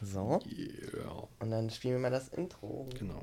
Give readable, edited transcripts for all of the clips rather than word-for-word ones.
So. Yeah. Und dann spielen wir mal das Intro. Genau.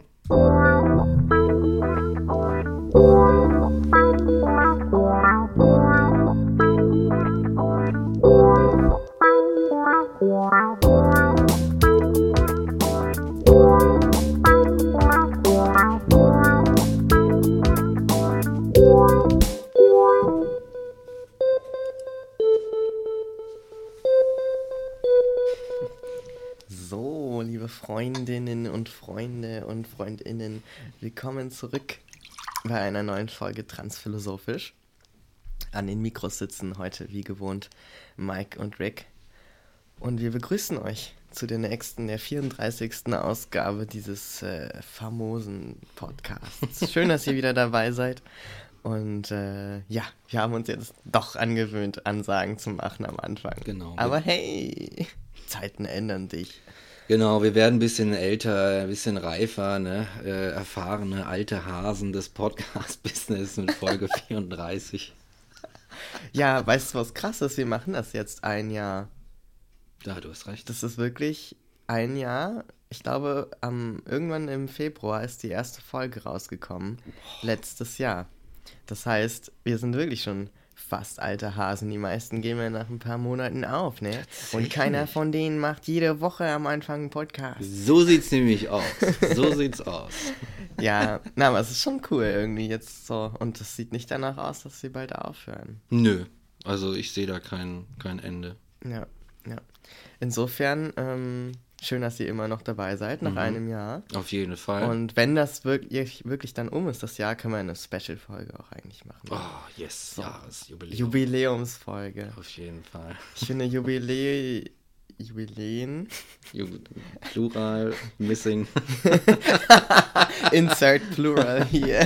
So, liebe Freundinnen und Freunde und Freundinnen, willkommen zurück bei einer neuen Folge Transphilosophisch. An den Mikros sitzen heute wie gewohnt Mike und Rick. Und wir begrüßen euch zu der 34. Ausgabe dieses famosen Podcasts. Schön, dass ihr wieder dabei seid. Und ja, wir haben uns jetzt doch angewöhnt, Ansagen zu machen am Anfang. Genau. Aber hey, Zeiten ändern dich. Genau, wir werden ein bisschen älter, ein bisschen reifer, ne? Erfahrene alte Hasen des Podcast-Business mit Folge 34. Ja, weißt du, was krass ist? Wir machen das jetzt ein Jahr. Ja, du hast recht. Das ist wirklich ein Jahr. Ich glaube, irgendwann im Februar ist die erste Folge rausgekommen. Letztes Jahr. Das heißt, wir sind wirklich schon fast alte Hasen. Die meisten gehen ja nach ein paar Monaten auf, ne? Und keiner von denen macht jede Woche am Anfang einen Podcast. So sieht's nämlich aus. So sieht's aus. Ja, na, aber es ist schon cool irgendwie jetzt so. Und es sieht nicht danach aus, dass sie bald aufhören. Nö, also ich sehe da kein Ende. Ja, ja. Insofern, schön, dass ihr immer noch dabei seid, nach einem Jahr. Auf jeden Fall. Und wenn das wirklich dann um ist, das Jahr, können wir eine Special-Folge auch eigentlich machen. Oh, yes, So. ja, das Jubiläum. Jubiläumsfolge. Auf jeden Fall. Ich finde Jubiläen... Plural, missing. Insert Plural hier.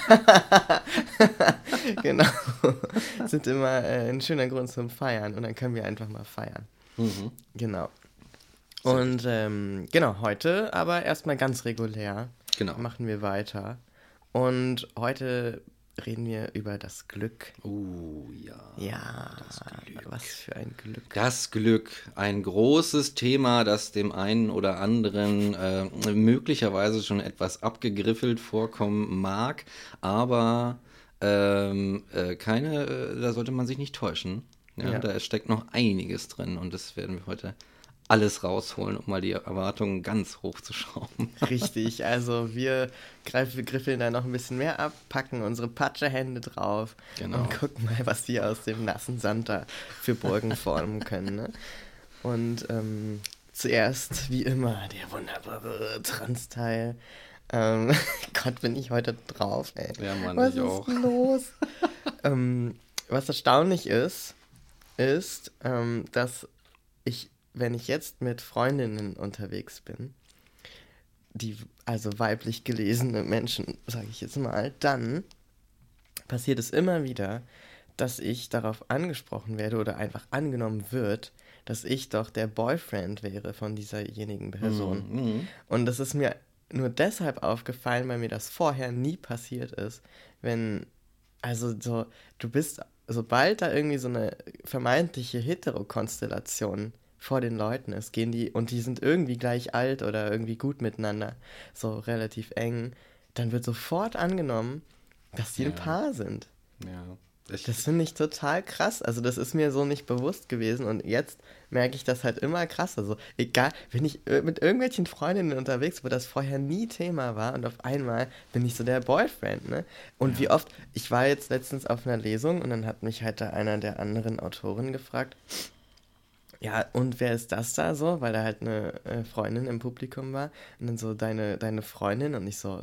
Genau. Sind immer ein schöner Grund zum Feiern. Und dann können wir einfach mal feiern. Genau. Und genau, heute aber erstmal ganz regulär Genau. machen wir weiter. Und heute reden wir über das Glück. Ja. Ja, das Glück. was für ein Glück. Das Glück, ein großes Thema, das dem einen oder anderen möglicherweise schon etwas abgegriffelt vorkommen mag, aber da sollte man sich nicht täuschen. Ja. Da steckt noch einiges drin und das werden wir heute alles rausholen, um mal die Erwartungen ganz hoch zu schrauben. Richtig, also wir griffeln da noch ein bisschen mehr ab, packen unsere Patschehände drauf und gucken mal, was wir aus dem nassen Sand da für Burgen formen können. Ne? Und zuerst, wie immer, der wunderbare Trans-Teil. Gott, bin ich heute drauf, ey. Ja, Mann, was ich ist auch. los? Was erstaunlich ist, dass wenn ich jetzt mit Freundinnen unterwegs bin, also weiblich gelesene Menschen, sage ich jetzt mal, dann passiert es immer wieder, dass ich darauf angesprochen werde oder einfach angenommen wird, dass ich doch der Boyfriend wäre von dieserjenigen Person. Und das ist mir nur deshalb aufgefallen, weil mir das vorher nie passiert ist, du bist, sobald da irgendwie so eine vermeintliche Heterokonstellation vor den Leuten ist, und die sind irgendwie gleich alt oder irgendwie gut miteinander, so relativ eng, dann wird sofort angenommen, dass die ein Paar sind. Ja. Das finde ich total krass. Also das ist mir so nicht bewusst gewesen und jetzt merke ich das halt immer krass. Also egal, wenn ich mit irgendwelchen Freundinnen unterwegs, wo das vorher nie Thema war und auf einmal bin ich so der Boyfriend, ne? Und wie oft, ich war jetzt letztens auf einer Lesung und dann hat mich halt da einer der anderen Autoren gefragt, ja, und wer ist das da so? Weil da halt eine Freundin im Publikum war. Und dann so, deine Freundin? Und ich so,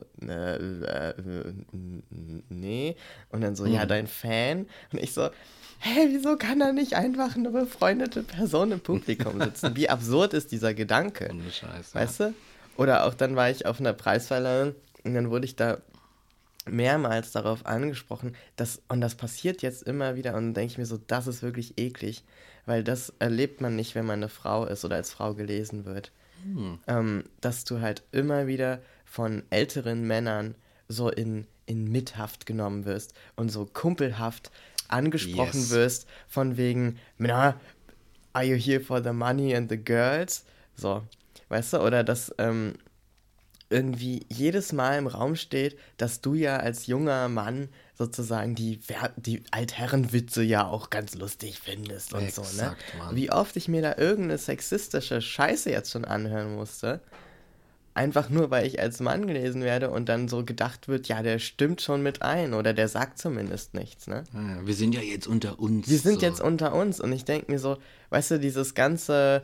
nee. Und dann so, ja, dein Fan? Und ich so, hä, wieso kann da nicht einfach eine befreundete Person im Publikum sitzen? Wie absurd ist dieser Gedanke? Ohne Scheiß, weißt du? Oder auch dann war ich auf einer Preisverleihung und dann wurde ich da mehrmals darauf angesprochen, und das passiert jetzt immer wieder und dann denke ich mir so, das ist wirklich eklig, weil das erlebt man nicht, wenn man eine Frau ist oder als Frau gelesen wird. Dass du halt immer wieder von älteren Männern so in Mithaft genommen wirst und so kumpelhaft angesprochen wirst von wegen, na, are you here for the money and the girls? So, weißt du, oder dass irgendwie jedes Mal im Raum steht, dass du ja als junger Mann sozusagen die Altherrenwitze ja auch ganz lustig findest und so, ne? Exakt, Mann. Wie oft ich mir da irgendeine sexistische Scheiße jetzt schon anhören musste, einfach nur, weil ich als Mann gelesen werde und dann so gedacht wird, ja, der stimmt schon mit ein oder der sagt zumindest nichts, ne? Ja, wir sind ja jetzt unter uns. Wir sind so. jetzt unter uns und ich denke mir so, weißt du, dieses ganze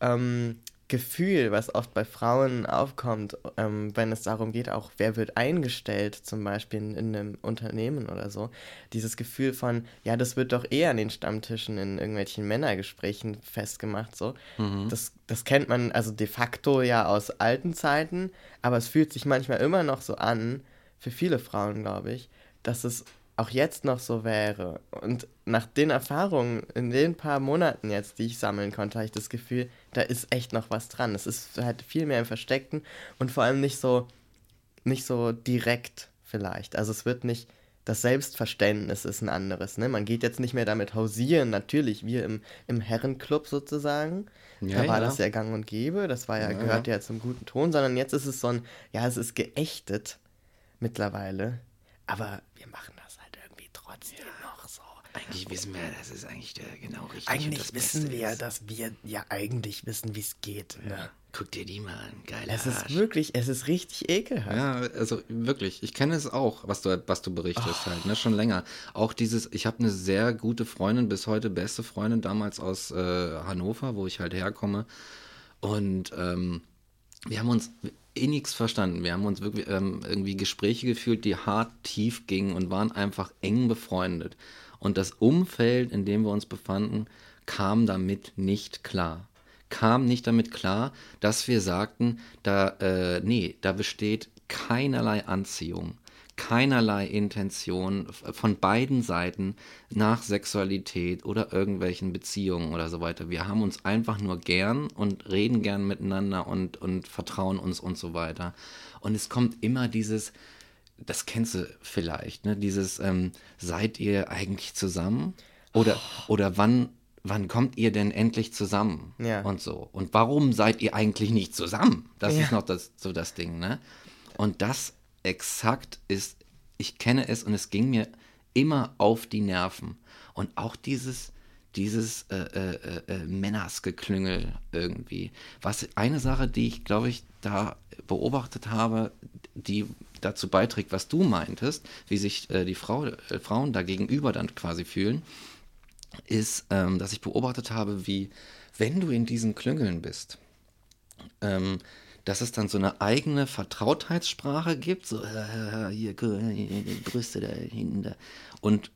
Gefühl, was oft bei Frauen aufkommt, wenn es darum geht, auch wer wird eingestellt, zum Beispiel in einem Unternehmen oder so, dieses Gefühl von, ja, das wird doch eher an den Stammtischen in irgendwelchen Männergesprächen festgemacht, so. Das kennt man also de facto ja aus alten Zeiten, aber es fühlt sich manchmal immer noch so an, für viele Frauen, glaube ich, dass es auch jetzt noch so wäre. Und nach den Erfahrungen in den paar Monaten jetzt, die ich sammeln konnte, habe ich das Gefühl, da ist echt noch was dran. Es ist halt viel mehr im Versteckten und vor allem nicht so direkt vielleicht. Also es wird nicht, das Selbstverständnis ist ein anderes. Ne? Man geht jetzt nicht mehr damit hausieren, natürlich, wir im Herrenclub sozusagen. Ja, Da war ja. das ja gang und gäbe, das war ja, Ja, gehört ja. ja zum guten Ton, sondern jetzt ist es so ein, ja, es ist geächtet mittlerweile. Aber wir machen das halt irgendwie trotzdem noch so. Eigentlich wissen wir, das ist eigentlich der genau richtig. und Eigentlich das wissen Beste wir ja, ist. dass wir ja eigentlich wissen, wie es geht. Ne? Guck dir die mal an, geiler Es ist Arsch. wirklich, es ist richtig ekelhaft. Ja, also wirklich, ich kenne es auch, was du berichtest halt, ne, schon länger. Auch dieses, ich habe eine sehr gute Freundin, bis heute beste Freundin, damals aus Hannover, wo ich halt herkomme. Und wir haben uns nichts verstanden. Wir haben uns wirklich irgendwie Gespräche geführt, die hart tief gingen und waren einfach eng befreundet. Und das Umfeld, in dem wir uns befanden, kam damit nicht klar. Kam nicht damit klar, dass wir sagten, da besteht keinerlei Anziehung, keinerlei Intention von beiden Seiten nach Sexualität oder irgendwelchen Beziehungen oder so weiter. Wir haben uns einfach nur gern und reden gern miteinander und vertrauen uns und so weiter. Und es kommt immer dieses, das kennst du vielleicht, ne? Dieses, seid ihr eigentlich zusammen? Oder wann kommt ihr denn endlich zusammen? Ja. Und so. Und warum seid ihr eigentlich nicht zusammen? Das Ja. ist noch das Ding, ne? Und das exakt ist, ich kenne es und es ging mir immer auf die Nerven. Und auch dieses Männersgeklüngel irgendwie. Eine Sache, die ich, glaube ich, da beobachtet habe, die dazu beiträgt, was du meintest, wie sich die Frauen da gegenüber dann quasi fühlen, ist, dass ich beobachtet habe, wie, wenn du in diesen Klüngeln bist, dass es dann so eine eigene Vertrautheitssprache gibt, so hier, Brüste da hinten da. Und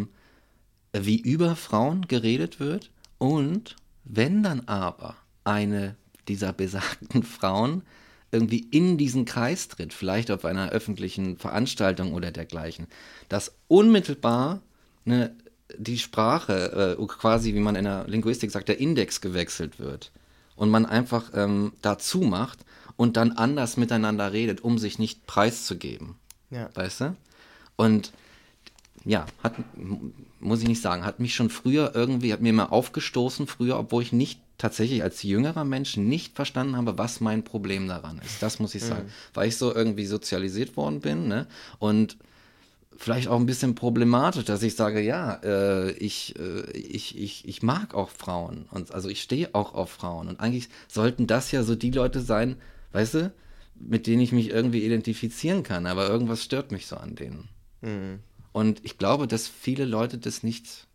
wie über Frauen geredet wird und wenn dann aber eine dieser besagten Frauen irgendwie in diesen Kreis tritt, vielleicht auf einer öffentlichen Veranstaltung oder dergleichen, dass unmittelbar die Sprache, quasi wie man in der Linguistik sagt, der Index gewechselt wird und man einfach dazu macht und dann anders miteinander redet, um sich nicht preiszugeben. Ja. Weißt du? Und ja, muss ich nicht sagen, hat mich schon früher irgendwie, hat mir immer aufgestoßen früher, obwohl ich nicht tatsächlich als jüngerer Mensch nicht verstanden habe, was mein Problem daran ist. Das muss ich sagen. Weil ich so irgendwie sozialisiert worden bin, ne? Und vielleicht auch ein bisschen problematisch, dass ich sage, ja, ich mag auch Frauen. Und also ich stehe auch auf Frauen. Und eigentlich sollten das ja so die Leute sein, weißt du, mit denen ich mich irgendwie identifizieren kann. Aber irgendwas stört mich so an denen. Und ich glaube, dass viele Leute das nicht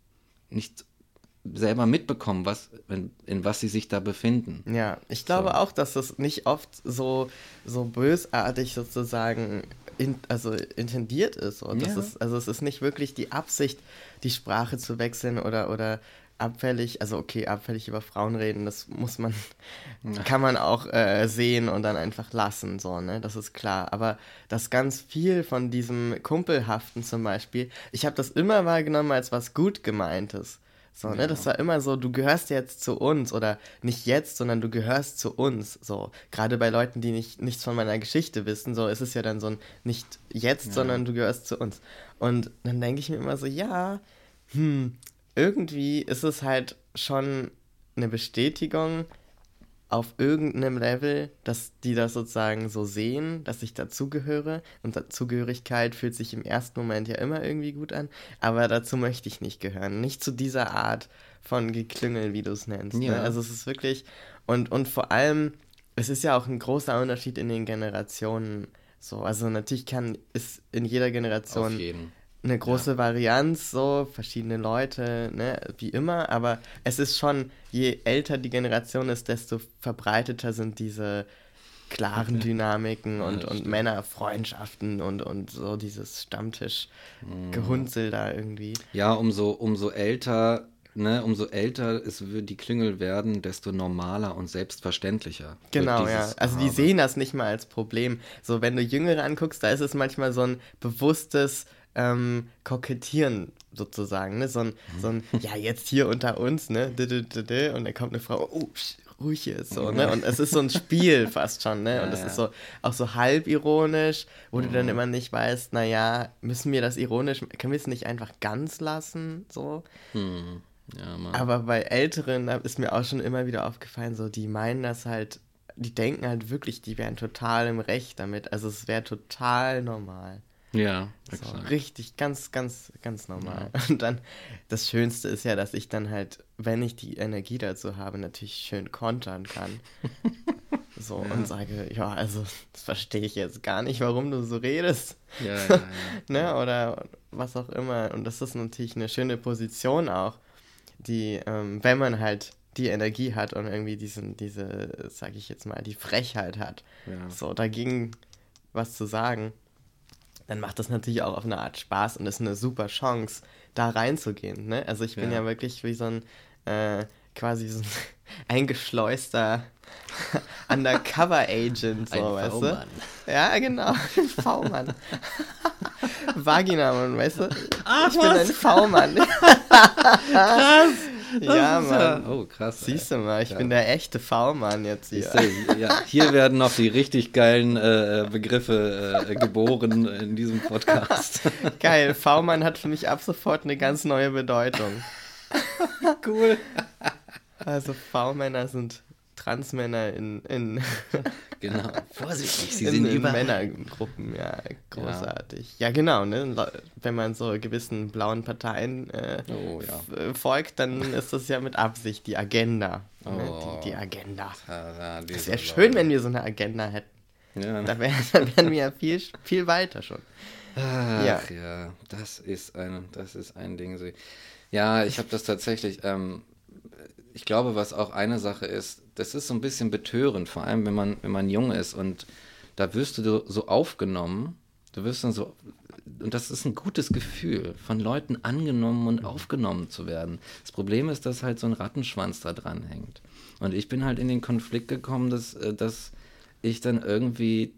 selber mitbekommen, in was sie sich da befinden. Ja, ich glaube auch, dass das nicht oft so bösartig sozusagen intendiert ist. Und Ja. es ist nicht wirklich die Absicht, die Sprache zu wechseln oder abfällig, also okay, abfällig über Frauen reden, das kann man auch sehen und dann einfach lassen, so, ne, das ist klar. Aber dass ganz viel von diesem Kumpelhaften zum Beispiel, ich habe das immer wahrgenommen als was gut gemeintes. So, ne, das war immer so, du gehörst jetzt zu uns oder nicht jetzt, sondern du gehörst zu uns, so. Gerade bei Leuten, die nichts von meiner Geschichte wissen, so ist es ja dann so ein nicht jetzt, sondern du gehörst zu uns. Und dann denke ich mir immer so, ja, irgendwie ist es halt schon eine Bestätigung, auf irgendeinem Level, dass die das sozusagen so sehen, dass ich dazugehöre. Und Dazugehörigkeit fühlt sich im ersten Moment ja immer irgendwie gut an, aber dazu möchte ich nicht gehören. Nicht zu dieser Art von Geklüngel, wie du es nennst. Ne? Ja. Also es ist wirklich, und vor allem, es ist ja auch ein großer Unterschied in den Generationen. So, also natürlich ist in jeder Auf Generation jeden. eine große Varianz, so, verschiedene Leute, ne, wie immer, aber es ist schon, je älter die Generation ist, desto verbreiteter sind diese klaren Dynamiken und stimmt. Männerfreundschaften und so dieses Stammtisch-Gehunzel da irgendwie. Ja, umso älter, ne, umso älter die Klüngel werden, desto normaler und selbstverständlicher wird Genau, ja. dieses Also die Gehabe. sehen das nicht mal als Problem. So, wenn du Jüngere anguckst, da ist es manchmal so ein bewusstes Kokettieren sozusagen, ne? So ein, ja, jetzt hier unter uns, ne? Und dann kommt eine Frau, oh, ruhig jetzt so, ne? Und es ist so ein Spiel fast schon, ne? Und es ist so auch so halb ironisch, wo du dann immer nicht weißt, naja, müssen wir das ironisch, können wir es nicht einfach ganz lassen, so? Ja, Mann. Aber bei Älteren, da ist mir auch schon immer wieder aufgefallen, so, die meinen das halt, die denken halt wirklich, die wären total im Recht damit. Also es wäre total normal. Ja, So, exakt. richtig, ganz, ganz, ganz normal. Und dann, das Schönste ist ja, dass ich dann halt, wenn ich die Energie dazu habe, natürlich schön kontern kann. So, und sage, ja, also, das verstehe ich jetzt gar nicht, warum du so redest. Ja. Ne? Oder was auch immer. Und das ist natürlich eine schöne Position auch, die, wenn man halt die Energie hat und irgendwie sage ich jetzt mal, die Frechheit hat, Ja. so dagegen was zu sagen, dann macht das natürlich auch auf eine Art Spaß und ist eine super Chance, da reinzugehen. Ne? Also ich bin Ja. ja wirklich wie so ein, quasi so ein eingeschleuster Undercover-Agent, so, Ein weißt V-Mann. du? Ja, genau, ein V-Mann. Vagina-Mann, weißt du? Ich bin ein V-Mann. Krass! Ja, ist Mann. Oh, krass. Siehst du mal, ich bin der echte V-Mann jetzt hier. Ja, hier werden noch die richtig geilen Begriffe geboren in diesem Podcast. Geil, V-Mann hat für mich ab sofort eine ganz neue Bedeutung. Cool. Also V-Männer sind Transmänner in Genau. Vorsichtig, sie sind in überall. Männergruppen, ja, großartig. Ja, genau, ne? Wenn man so gewissen blauen Parteien Oh, ja. folgt, dann ist das ja mit Absicht die Agenda. Ne? Oh. Die Agenda. Ah, Es wäre schön, wenn wir so eine Agenda hätten. Ja. Dann wären wir ja viel, viel weiter schon. Ach ja, das ist ein Ding. Ja, ich habe das tatsächlich, ich glaube, was auch eine Sache ist, das ist so ein bisschen betörend, vor allem wenn man jung ist und da wirst du so aufgenommen, du wirst dann so, und das ist ein gutes Gefühl, von Leuten angenommen und aufgenommen zu werden. Das Problem ist, dass halt so ein Rattenschwanz da dran hängt. Und ich bin halt in den Konflikt gekommen, dass ich dann irgendwie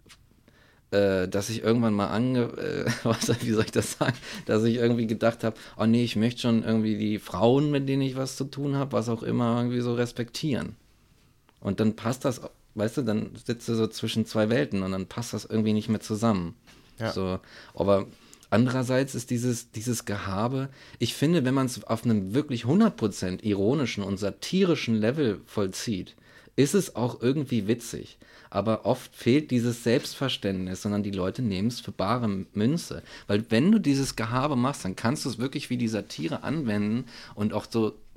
dass ich irgendwann mal wie soll ich das sagen, dass ich irgendwie gedacht habe, oh nee, ich möchte schon irgendwie die Frauen, mit denen ich was zu tun habe, was auch immer, irgendwie so respektieren. Und dann passt das, weißt du, dann sitzt du so zwischen zwei Welten und dann passt das irgendwie nicht mehr zusammen. Ja. So, aber andererseits ist dieses Gehabe, ich finde, wenn man es auf einem wirklich 100% ironischen und satirischen Level vollzieht, ist es auch irgendwie witzig. Aber oft fehlt dieses Selbstverständnis, sondern die Leute nehmen es für bare Münze. Weil wenn du dieses Gehabe machst, dann kannst du es wirklich wie die Satire anwenden und auch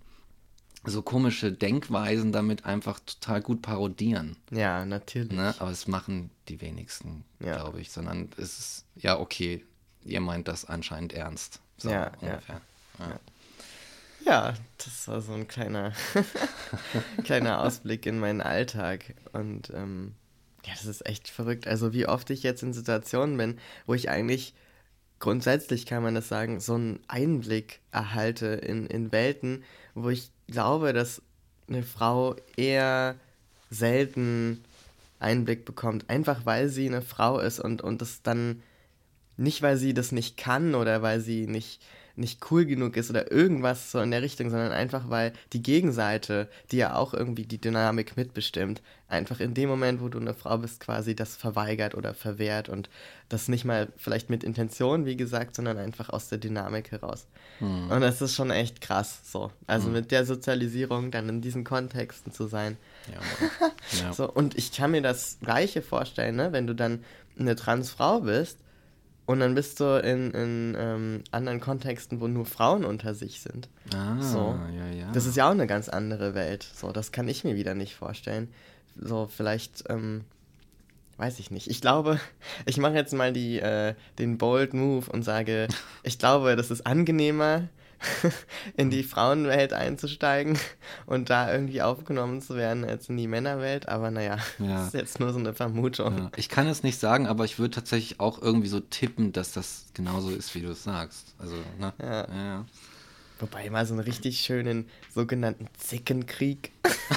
so komische Denkweisen damit einfach total gut parodieren. Ja, natürlich. Ne? Aber es machen die wenigsten, glaube ich. Sondern es ist, ja okay, ihr meint das anscheinend ernst. So Ja, ungefähr. Ja. Ja, das war so ein kleiner Ausblick in meinen Alltag. Und ja, das ist echt verrückt. Also wie oft ich jetzt in Situationen bin, wo ich eigentlich, grundsätzlich kann man das sagen, so einen Einblick erhalte in Welten, wo ich glaube, dass eine Frau eher selten Einblick bekommt. Einfach weil sie eine Frau ist und das dann nicht, weil sie das nicht kann oder weil sie nicht nicht cool genug ist oder irgendwas so in der Richtung, sondern einfach, weil die Gegenseite, die ja auch irgendwie die Dynamik mitbestimmt, einfach in dem Moment, wo du eine Frau bist, quasi das verweigert oder verwehrt und das nicht mal vielleicht mit Intention, wie gesagt, sondern einfach aus der Dynamik heraus. Und das ist schon echt krass, so. Also mit der Sozialisierung dann in diesen Kontexten zu sein. Ja, ja. So, und ich kann mir das Gleiche vorstellen, ne? Wenn du dann eine Transfrau bist und dann bist du in anderen Kontexten, wo nur Frauen unter sich sind. So. Ja. Das ist ja auch eine ganz andere Welt. So, das kann ich mir wieder nicht vorstellen. So, vielleicht, weiß ich nicht. Ich glaube, ich mache jetzt mal den bold Move und sage, ich glaube, das ist angenehmer, in die Frauenwelt einzusteigen und da irgendwie aufgenommen zu werden als in die Männerwelt. Aber naja, das ist jetzt nur so eine Vermutung. Ja. Ich kann es nicht sagen, aber ich würde tatsächlich auch irgendwie so tippen, dass das genauso ist, wie du es sagst. Also, ne? Ja. Wobei mal so einen richtig schönen sogenannten Zickenkrieg.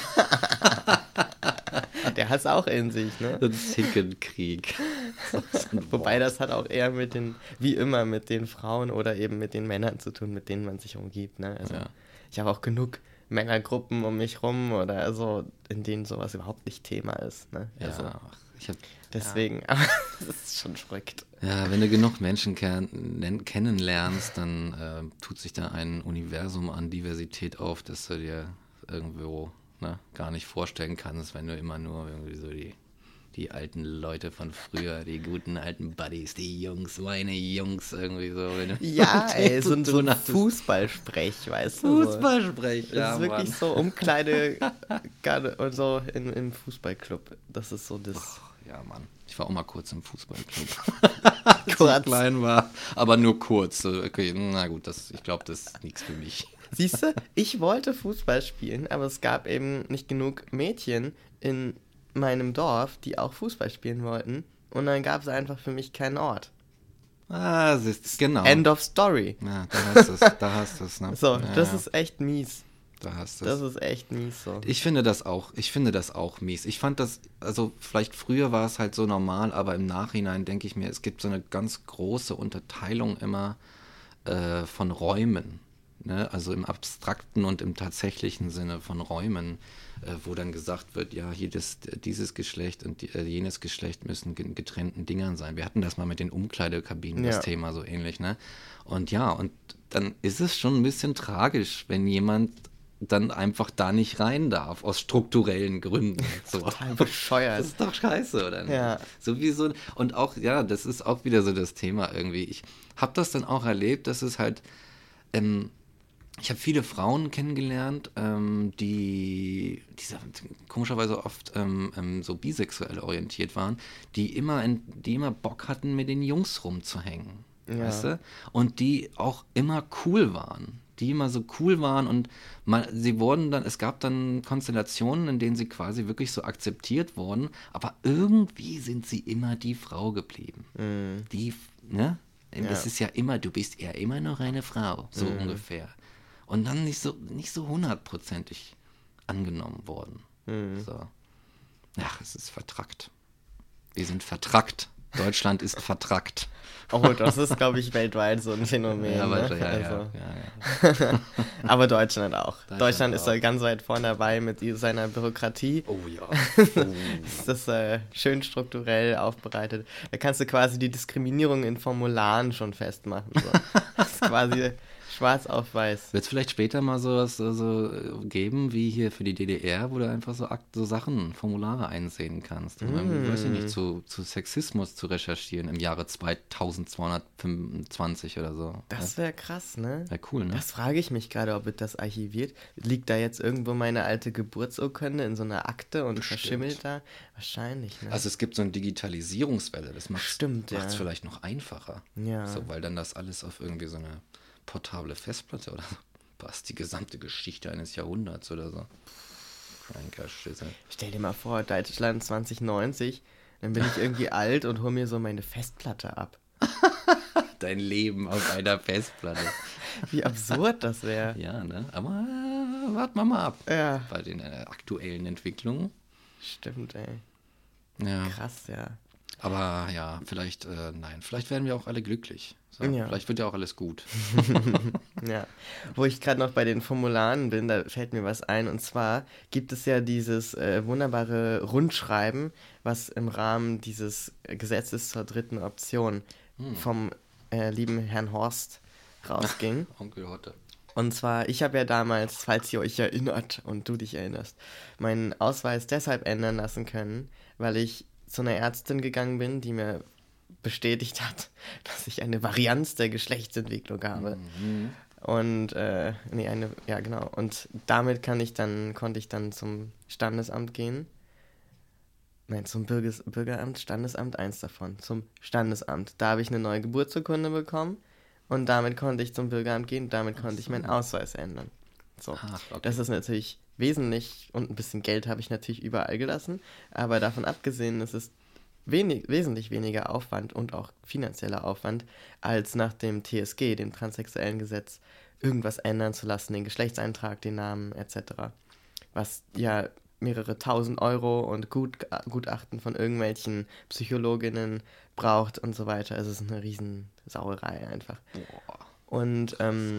Der hat es auch in sich, ne? Ein Zickenkrieg. Wobei das hat auch eher wie immer, mit den Frauen oder eben mit den Männern zu tun, mit denen man sich umgibt, ne? Also ich habe auch genug Männergruppen um mich rum oder so, in denen sowas überhaupt nicht Thema ist, ne? Also, deswegen, aber das ist schon verrückt. Ja, wenn du genug Menschen kennenlernst, dann tut sich da ein Universum an Diversität auf, dass du dir irgendwo gar nicht vorstellen kannst, wenn du immer nur irgendwie so die alten Leute von früher, die guten alten Buddies, die Jungs, meine Jungs irgendwie so. Ja, ey, so ein Fußballsprech, weißt du? Fußballsprech, so. Das ist wirklich so Umkleide und so im Fußballclub. Das ist so das... Oh, ja, Mann. Ich war auch mal kurz im Fußballclub. Kurz. Ich klein war, aber nur kurz. Okay, na gut, ich glaube, das ist nichts für mich. Siehst du, ich wollte Fußball spielen, aber es gab eben nicht genug Mädchen in meinem Dorf, die auch Fußball spielen wollten. Und dann gab es einfach für mich keinen Ort. Genau. End of story. Ja, da hast du es. Ne? So, das ist echt mies. Da hast du es. Das ist echt mies so. Ich finde das auch mies. Ich fand das, also vielleicht früher war es halt so normal, aber im Nachhinein denke ich mir, es gibt so eine ganz große Unterteilung immer von Räumen. Ne? Also im abstrakten und im tatsächlichen Sinne von Räumen, wo dann gesagt wird, ja, dieses Geschlecht und jenes Geschlecht müssen getrennten Dingern sein. Wir hatten das mal mit den Umkleidekabinen, das Thema so ähnlich, ne? Und und dann ist es schon ein bisschen tragisch, wenn jemand dann einfach da nicht rein darf, aus strukturellen Gründen. So. Total bescheuert. Das ist doch scheiße, oder nicht? Ja. Sowieso, und auch, das ist auch wieder so das Thema irgendwie. Ich habe das dann auch erlebt, dass es halt, ich habe viele Frauen kennengelernt, die komischerweise oft so bisexuell orientiert waren, die immer Bock hatten, mit den Jungs rumzuhängen. Ja. Weißt du? Und die auch immer cool waren. Die immer so cool waren und es gab dann Konstellationen, in denen sie quasi wirklich so akzeptiert wurden, aber irgendwie sind sie immer die Frau geblieben. Die, ne? Das ist ja immer, du bist ja immer noch eine Frau, so ungefähr. Und dann nicht so 100%ig angenommen worden. So. Ach, es ist vertrackt. Wir sind vertrackt. Deutschland ist vertrackt. Oh, das ist, glaube ich, weltweit so ein Phänomen. Ja, ne? ja. Aber Deutschland auch. Deutschland ist da ganz weit vorne dabei mit seiner Bürokratie. Oh ja. Das ist schön strukturell aufbereitet. Da kannst du quasi die Diskriminierung in Formularen schon festmachen. So. Das ist quasi schwarz auf weiß. Wird es vielleicht später mal sowas geben, wie hier für die DDR, wo du einfach so Sachen, Formulare einsehen kannst. Weiß ich nicht, zu Sexismus zu recherchieren im Jahre 2225 oder so. Das wäre krass, ne? Wäre cool, ne? Das frage ich mich gerade, ob es das archiviert. Liegt da jetzt irgendwo meine alte Geburtsurkunde in so einer Akte und verschimmelt da? Wahrscheinlich, ne? Also es gibt so eine Digitalisierungswelle, das macht es ja. vielleicht noch einfacher. Ja. So, weil dann das alles auf irgendwie so eine portable Festplatte oder so passt, die gesamte Geschichte eines Jahrhunderts oder so. Cranker Schisse. Stell dir mal vor, Deutschland 2090, dann bin ich irgendwie alt und hol mir so meine Festplatte ab. Dein Leben auf einer Festplatte. Wie absurd das wäre. Ja, ne? Aber warten wir mal ab. Ja. Bei den aktuellen Entwicklungen. Stimmt, ey. Ja. Krass, ja. Aber ja, vielleicht, nein, vielleicht werden wir auch alle glücklich. So, Ja. vielleicht wird ja auch alles gut. Ja, wo ich gerade noch bei den Formularen bin, da fällt mir was ein. Und zwar gibt es ja dieses wunderbare Rundschreiben, was im Rahmen dieses Gesetzes zur dritten Option vom lieben Herrn Horst rausging. Onkel Hotte. Und zwar, ich habe ja damals, falls ihr euch erinnert und du dich erinnerst, meinen Ausweis deshalb ändern lassen können, weil ich zu einer Ärztin gegangen bin, die mir bestätigt hat, dass ich eine Varianz der Geschlechtsentwicklung habe. Und, ja genau. Und damit konnte ich dann zum Standesamt gehen. Nein, zum Bürgeramt, Standesamt, eins davon. Zum Standesamt. Da habe ich eine neue Geburtsurkunde bekommen und damit konnte ich zum Bürgeramt gehen und damit konnte ich meinen Ausweis ändern. So. Ach, okay. Das ist natürlich wesentlich und ein bisschen Geld habe ich natürlich überall gelassen, aber davon abgesehen ist es wesentlich weniger Aufwand und auch finanzieller Aufwand, als nach dem TSG, dem transsexuellen Gesetz, irgendwas ändern zu lassen, den Geschlechtseintrag, den Namen etc. Was ja mehrere tausend Euro und Gutachten von irgendwelchen Psychologinnen braucht und so weiter. Also es ist eine Riesensauerei einfach. Boah. Und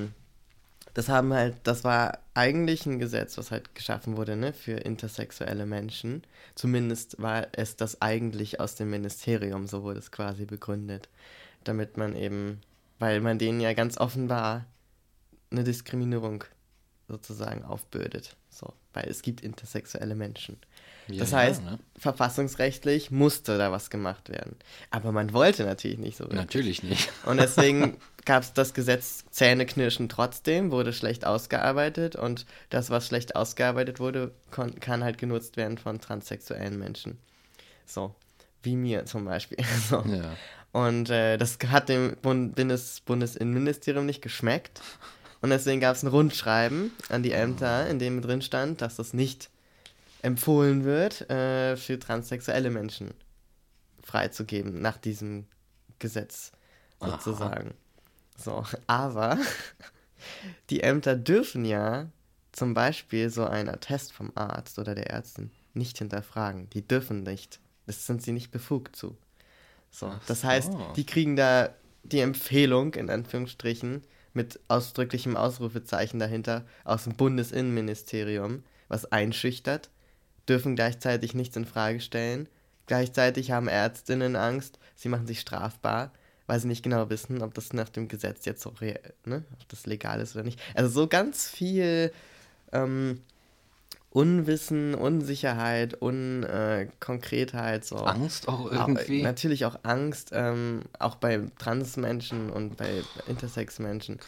das war eigentlich ein Gesetz, was halt geschaffen wurde, ne, für intersexuelle Menschen. Zumindest war es das eigentlich aus dem Ministerium, so wurde es quasi begründet. Damit man eben, weil man denen ja ganz offenbar eine Diskriminierung sozusagen aufbürdet. So, weil es gibt intersexuelle Menschen. Ja, Das ja, heißt, ne? verfassungsrechtlich musste da was gemacht werden. Aber man wollte natürlich nicht so wirklich. Natürlich nicht. Und deswegen gab es das Gesetz Zähneknirschen trotzdem, wurde schlecht ausgearbeitet und das, was schlecht ausgearbeitet wurde, kann halt genutzt werden von transsexuellen Menschen. So, wie mir zum Beispiel. So. Ja. Und das hat dem Bundesinnenministerium nicht geschmeckt. Und deswegen gab es ein Rundschreiben an die Ämter, in dem drin stand, dass das nicht empfohlen wird, für transsexuelle Menschen freizugeben, nach diesem Gesetz sozusagen. So, aber die Ämter dürfen ja zum Beispiel so einen Attest vom Arzt oder der Ärztin nicht hinterfragen. Die dürfen nicht. Das sind sie nicht befugt zu. So, das heißt, die kriegen da die Empfehlung, in Anführungsstrichen, mit ausdrücklichem Ausrufezeichen dahinter, aus dem Bundesinnenministerium, was einschüchtert, dürfen gleichzeitig nichts in Frage stellen. Gleichzeitig haben Ärztinnen Angst, sie machen sich strafbar, weil sie nicht genau wissen, ob das nach dem Gesetz jetzt so ob das legal ist oder nicht. Also so ganz viel Unwissen, Unsicherheit, Unkonkretheit. So. Angst auch irgendwie? Natürlich auch Angst, auch bei Transmenschen und bei Intersex-Menschen.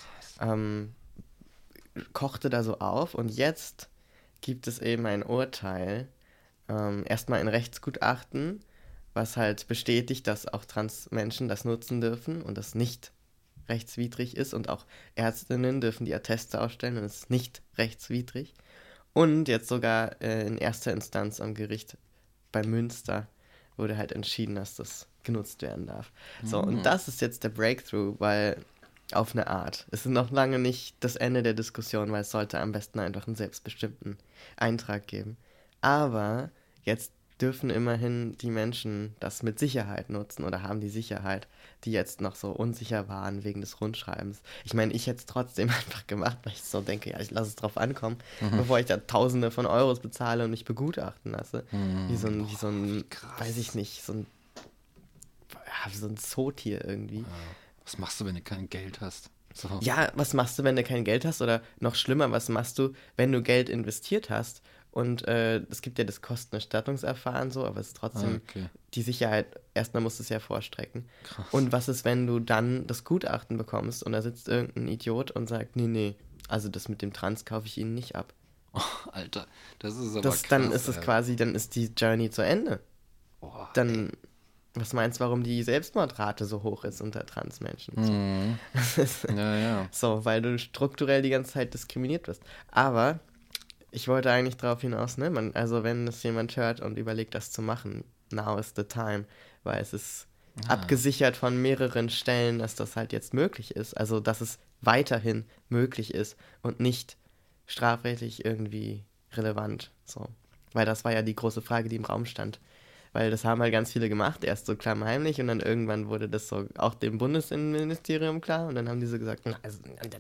Kochte da so auf und jetzt gibt es eben ein Urteil, erstmal ein Rechtsgutachten, was halt bestätigt, dass auch Transmenschen das nutzen dürfen und das nicht rechtswidrig ist und auch Ärztinnen dürfen die Atteste ausstellen und es ist nicht rechtswidrig. Und jetzt sogar in erster Instanz am Gericht bei Münster wurde halt entschieden, dass das genutzt werden darf. So, und das ist jetzt der Breakthrough, weil auf eine Art. Es ist noch lange nicht das Ende der Diskussion, weil es sollte am besten einfach einen selbstbestimmten Eintrag geben. Aber jetzt dürfen immerhin die Menschen das mit Sicherheit nutzen oder haben die Sicherheit, die jetzt noch so unsicher waren wegen des Rundschreibens. Ich meine, ich hätte es trotzdem einfach gemacht, weil ich so denke, ja, ich lasse es drauf ankommen, bevor ich da Tausende von Euros bezahle und mich begutachten lasse. Wie so ein weiß ich nicht, so ein Zootier irgendwie. Was machst du, wenn du kein Geld hast? So. Ja, was machst du, wenn du kein Geld hast? Oder noch schlimmer, was machst du, wenn du Geld investiert hast? Und es gibt ja das Kostenerstattungsverfahren so, aber es ist trotzdem die Sicherheit, erstmal musst du es ja vorstrecken. Krass. Und was ist, wenn du dann das Gutachten bekommst und da sitzt irgendein Idiot und sagt, nee, also das mit dem Trans kaufe ich ihnen nicht ab. Oh, Alter, das ist aber krass. Dann ist es quasi, dann ist die Journey zu Ende. Oh, dann, was meinst du, warum die Selbstmordrate so hoch ist unter Transmenschen? So. Ja. So, weil du strukturell die ganze Zeit diskriminiert wirst. Aber ich wollte eigentlich darauf hinaus, ne? Also wenn es jemand hört und überlegt, das zu machen, now is the time, weil es ist abgesichert von mehreren Stellen, dass das halt jetzt möglich ist. Also dass es weiterhin möglich ist und nicht strafrechtlich irgendwie relevant. So. Weil das war ja die große Frage, die im Raum stand. weil das haben halt ganz viele gemacht, erst so klammheimlich und dann irgendwann wurde das so auch dem Bundesinnenministerium klar und dann haben die so gesagt, na,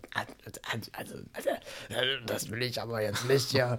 also, das will ich aber jetzt nicht, ja.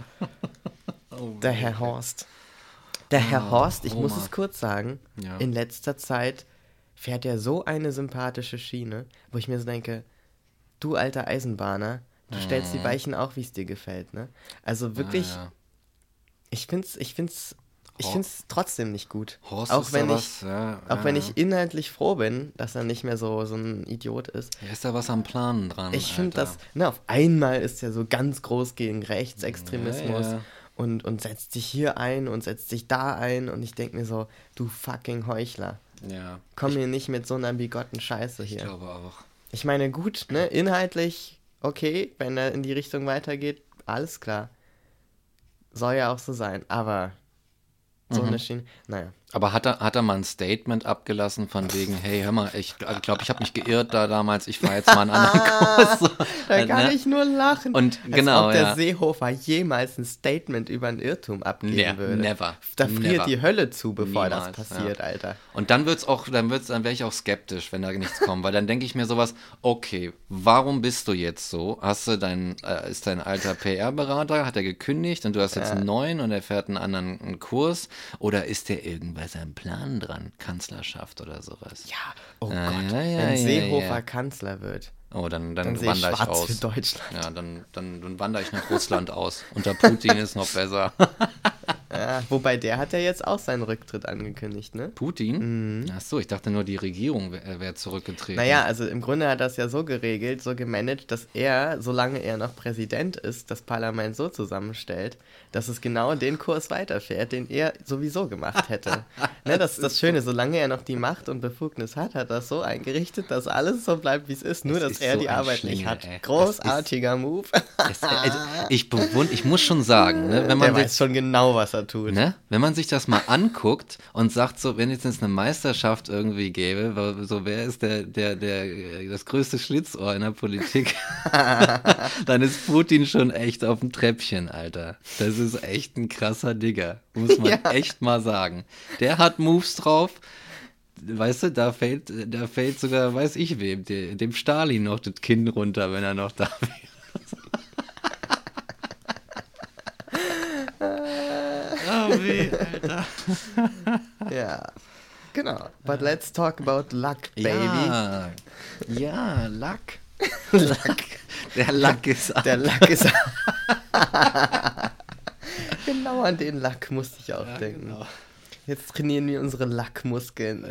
Der Herr Horst. Der Herr Horst, ich muss es kurz sagen, in letzter Zeit fährt er so eine sympathische Schiene, wo ich mir so denke, du alter Eisenbahner, du stellst die Weichen auch, wie es dir gefällt, ne? Also wirklich, ich find's trotzdem nicht gut. Horst Auch ist wenn da ich, was, wenn ich inhaltlich froh bin, dass er nicht mehr so ein Idiot ist. Ja, ist da was am Plan dran, Ich finde Alter. das, auf einmal ist er so ganz groß gegen Rechtsextremismus Ja. und setzt sich hier ein und setzt sich da ein und ich denke mir so, du fucking Heuchler. Ja. Komm mir nicht mit so einer bigotten Scheiße Ich hier. glaube auch. Ich meine, gut, ne, inhaltlich okay, wenn er in die Richtung weitergeht, alles klar. Soll ja auch so sein, aber so eine Schiene, naja. Aber hat er mal ein Statement abgelassen von wegen, hey, hör mal, ich glaube, ich habe mich geirrt da damals, ich fahre jetzt mal einen anderen Kurs. Da kann ich nur lachen. Und als genau, ob der ja. Seehofer jemals ein Statement über einen Irrtum abgeben würde. Never. Da friert Never. die Hölle zu, bevor Niemals, das passiert, ja. Alter. Und dann wäre ich auch skeptisch, wenn da nichts kommt, weil dann denke ich mir sowas, okay, warum bist du jetzt so? Hast du ist dein alter PR-Berater, hat er gekündigt und du hast jetzt einen neuen und er fährt einen Kurs oder ist der irgendwas am Plan dran? Kanzlerschaft oder sowas? Ja, oh Gott, ja, wenn Seehofer ja. Kanzler wird, Oh, dann dann sehe ich wandere ich schwarz aus. für Deutschland. Ja, dann wandere ich nach Russland aus. Unter Putin ist noch besser. Ja, wobei der hat ja jetzt auch seinen Rücktritt angekündigt, ne? Putin? Ach so, ich dachte nur, die Regierung wäre zurückgetreten. Naja, also im Grunde hat er das ja so geregelt, so gemanagt, dass er, solange er noch Präsident ist, das Parlament so zusammenstellt, dass es genau den Kurs weiterfährt, den er sowieso gemacht hätte. Ne, das ist das Schöne, solange er noch die Macht und Befugnis hat, hat er das so eingerichtet, dass alles so bleibt, wie es ist, nur dass ist er so die ein Arbeit nicht Schlingel, hat. ey. Großartiger Move. Ich muss schon sagen, ne, wenn Der man weiß schon genau, was er tut. Ne? Wenn man sich das mal anguckt und sagt so, wenn jetzt eine Meisterschaft irgendwie gäbe, so wer ist das größte Schlitzohr in der Politik, dann ist Putin schon echt auf dem Treppchen, Alter. Das ist echt ein krasser Digger, muss man echt mal sagen. Der hat Moves drauf, weißt du, da fällt sogar, weiß ich wem, dem Stalin noch das Kinn runter, wenn er noch da wäre. Oh weh, Alter. Ja, genau. But let's talk about luck, baby. Ja, Luck. Luck. Der Luck ist Der Lack ist... Genau an den Lack musste ich auch denken. Genau. Jetzt trainieren wir unsere Lackmuskeln.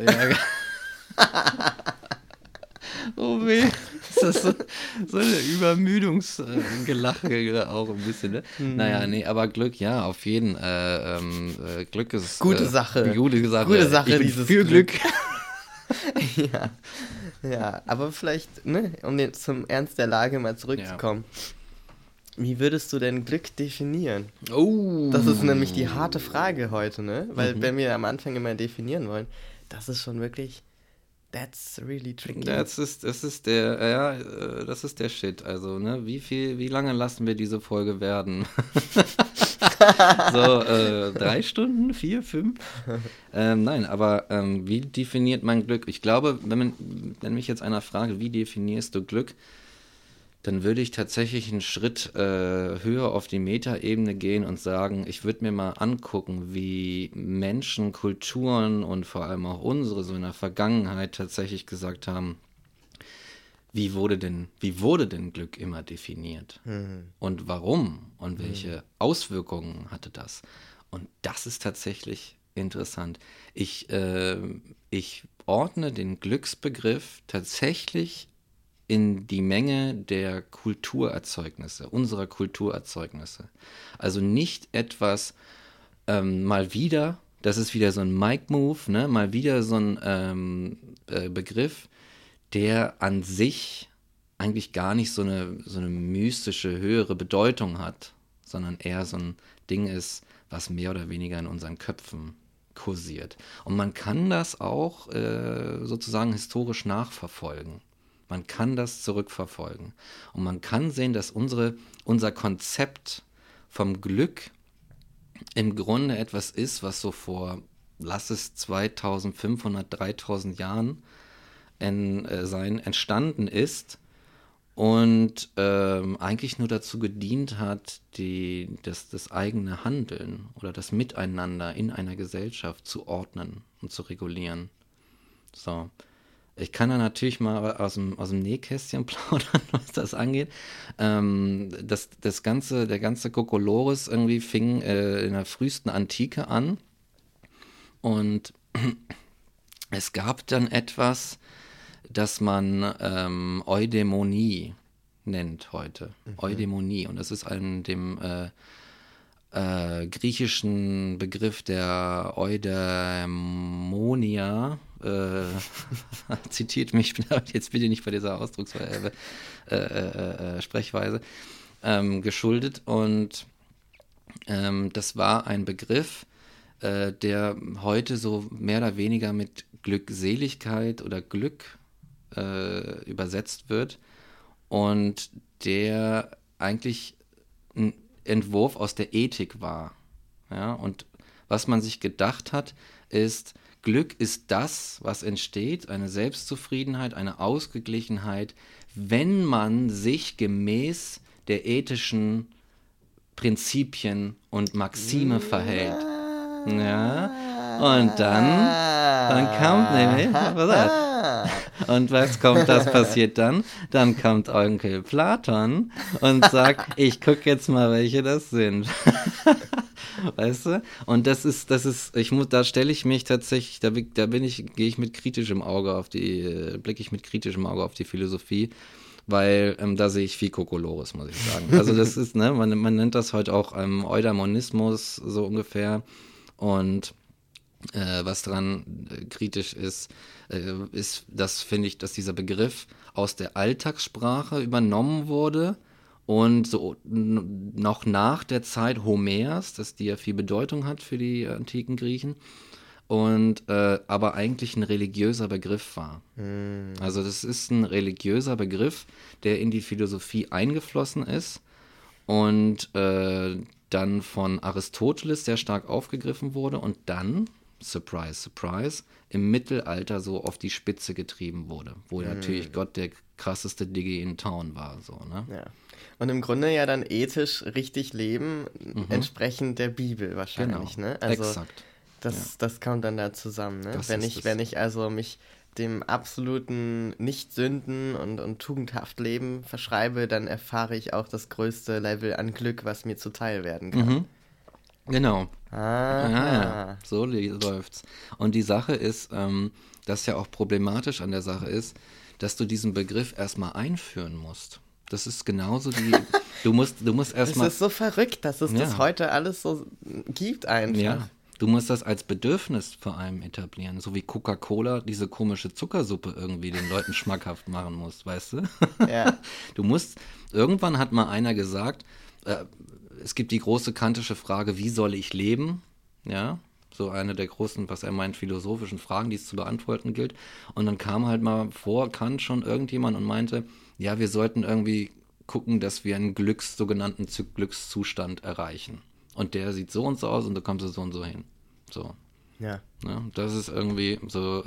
Oh weh. Ist das so eine Übermüdungsgelache auch ein bisschen, ne? Naja, nee, aber Glück, ja, auf jeden Glück ist... Gute Sache. Gute Sache. Gute Sache, ich bin dieses für Glück. Ja, aber vielleicht, ne, um zum Ernst der Lage mal zurückzukommen. Wie würdest du denn Glück definieren? Oh. Das ist nämlich die harte Frage heute, ne? Weil wenn wir am Anfang immer definieren wollen, das ist schon wirklich... That's really tricky. Das ist der Shit. Also, ne, wie lange lassen wir diese Folge werden? So, 3 Stunden, 4, 5? Nein, aber wie definiert man Glück? Ich glaube, wenn mich jetzt einer fragt, wie definierst du Glück, dann würde ich tatsächlich einen Schritt höher auf die Metaebene gehen und sagen, ich würde mir mal angucken, wie Menschen, Kulturen und vor allem auch unsere so in der Vergangenheit tatsächlich gesagt haben, wie wurde denn Glück immer definiert? Und warum? Und welche Auswirkungen hatte das? Und das ist tatsächlich interessant. Ich ordne den Glücksbegriff tatsächlich in die Menge der Kulturerzeugnisse, unserer Kulturerzeugnisse. Also nicht etwas mal wieder, das ist wieder so ein Mic-Move, ne? Mal wieder so ein Begriff, der an sich eigentlich gar nicht so eine mystische, höhere Bedeutung hat, sondern eher so ein Ding ist, was mehr oder weniger in unseren Köpfen kursiert. Und man kann das auch sozusagen historisch nachverfolgen. Man kann das zurückverfolgen. Und man kann sehen, dass unser Konzept vom Glück im Grunde etwas ist, was so vor lass es 2500, 3000 Jahren entstanden ist und eigentlich nur dazu gedient hat, das eigene Handeln oder das Miteinander in einer Gesellschaft zu ordnen und zu regulieren. So. Ich kann da natürlich mal aus dem Nähkästchen plaudern, was das angeht. Der ganze Kokolores irgendwie fing in der frühesten Antike an und es gab dann etwas, das man Eudämonie nennt heute. Eudämonie. Und das ist dem griechischen Begriff der Eudaimonia, zitiert mich jetzt bitte nicht bei dieser Sprechweise, geschuldet. Und das war ein Begriff, der heute so mehr oder weniger mit Glückseligkeit oder Glück übersetzt wird und der eigentlich ein Entwurf aus der Ethik war. Ja, und was man sich gedacht hat, ist, Glück ist das, was entsteht, eine Selbstzufriedenheit, eine Ausgeglichenheit, wenn man sich gemäß der ethischen Prinzipien und Maxime verhält. Ja, und dann kommt nämlich, und was passiert dann? Dann kommt Onkel Platon und sagt, ich gucke jetzt mal, welche das sind. Weißt du? Und da stelle ich mich tatsächlich, gehe ich mit kritischem Auge blicke ich mit kritischem Auge auf die Philosophie, weil da sehe ich viel Kokolores, muss ich sagen. Also das ist, ne, man nennt das heute auch Eudaimonismus, so ungefähr. Und was daran kritisch ist, das finde ich, dass dieser Begriff aus der Alltagssprache übernommen wurde und so noch nach der Zeit Homers, die ja viel Bedeutung hat für die antiken Griechen, und aber eigentlich ein religiöser Begriff war. Also das ist ein religiöser Begriff, der in die Philosophie eingeflossen ist und dann von Aristoteles sehr stark aufgegriffen wurde und dann, surprise, surprise, im Mittelalter so auf die Spitze getrieben wurde, wo natürlich Gott der krasseste Diggi in Town war. So, ne? Ja. Und im Grunde ja dann ethisch richtig leben, entsprechend der Bibel wahrscheinlich. Genau. Ne? Also exakt. das kommt dann da zusammen. Ne? Wenn ich also mich dem absoluten Nicht-Sünden und tugendhaft Leben verschreibe, dann erfahre ich auch das größte Level an Glück, was mir zuteil werden kann. Genau. Ah. So läuft's. Und die Sache ist, dass ja auch problematisch an der Sache ist, dass du diesen Begriff erstmal einführen musst. Das ist genauso du musst erstmal. Es ist so verrückt, dass es das heute alles so gibt einfach. Ja. Du musst das als Bedürfnis vor allem etablieren, so wie Coca-Cola diese komische Zuckersuppe irgendwie den Leuten schmackhaft machen muss, weißt du? Ja. Irgendwann hat mal einer gesagt, es gibt die große kantische Frage, wie soll ich leben? Ja, so eine der großen, was er meint, philosophischen Fragen, die es zu beantworten gilt. Und dann kam halt mal vor Kant schon irgendjemand und meinte, ja, wir sollten irgendwie gucken, dass wir einen sogenannten Glückszustand erreichen. Und der sieht so und so aus und du kommst so und so hin. So. Ja. Ja, das ist irgendwie so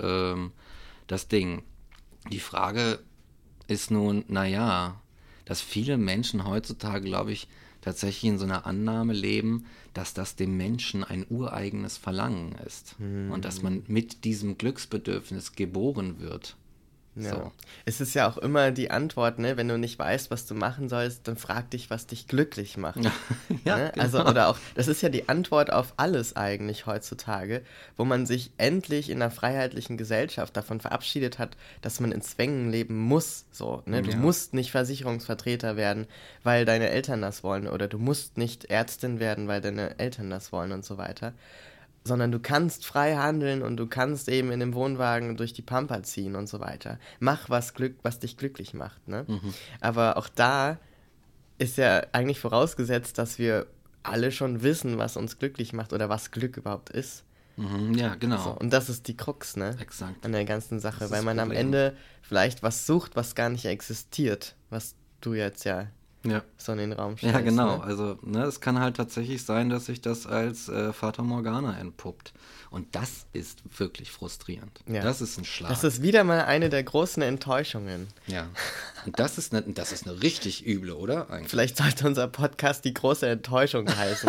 das Ding. Die Frage ist nun, naja, dass viele Menschen heutzutage, glaube ich, tatsächlich in so einer Annahme leben, dass das dem Menschen ein ureigenes Verlangen ist. Und dass man mit diesem Glücksbedürfnis geboren wird. Ja. So. Es ist ja auch immer die Antwort, ne? Wenn du nicht weißt, was du machen sollst, dann frag dich, was dich glücklich macht. Ja, ne? genau. Also, oder auch, das ist ja die Antwort auf alles eigentlich heutzutage, wo man sich endlich in einer freiheitlichen Gesellschaft davon verabschiedet hat, dass man in Zwängen leben muss. So, ne? Du musst nicht Versicherungsvertreter werden, weil deine Eltern das wollen, oder du musst nicht Ärztin werden, weil deine Eltern das wollen und so weiter. Sondern du kannst frei handeln und du kannst eben in dem Wohnwagen durch die Pampa ziehen und so weiter. Mach was dich glücklich macht, ne? Aber auch da ist ja eigentlich vorausgesetzt, dass wir alle schon wissen, was uns glücklich macht oder was Glück überhaupt ist. Ja, genau. So, und das ist die Krux, ne? Exakt. An der ganzen Sache, Das ist weil man das am Problem. Ende vielleicht was sucht, was gar nicht existiert, was du jetzt ja so in den Raum stellst. Ja, genau. Ne? Also, ne, es kann halt tatsächlich sein, dass sich das als Fata Morgana entpuppt. Und das ist wirklich frustrierend. Ja. Das ist ein Schlag. Das ist wieder mal eine der großen Enttäuschungen. Ja. Und das ist eine richtig üble, oder? Eigentlich. Vielleicht sollte unser Podcast die große Enttäuschung heißen.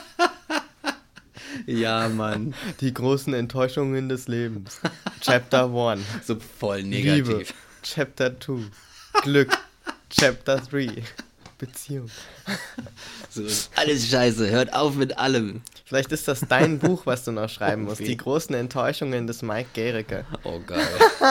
Ja, Mann. Die großen Enttäuschungen des Lebens. Chapter 1. So voll negativ. Liebe. Chapter 2. Glück. Chapter 3. Beziehung. So, alles scheiße, hört auf mit allem. Vielleicht ist das dein Buch, was du noch schreiben musst. Die großen Enttäuschungen des Mike Gericke. Oh, geil.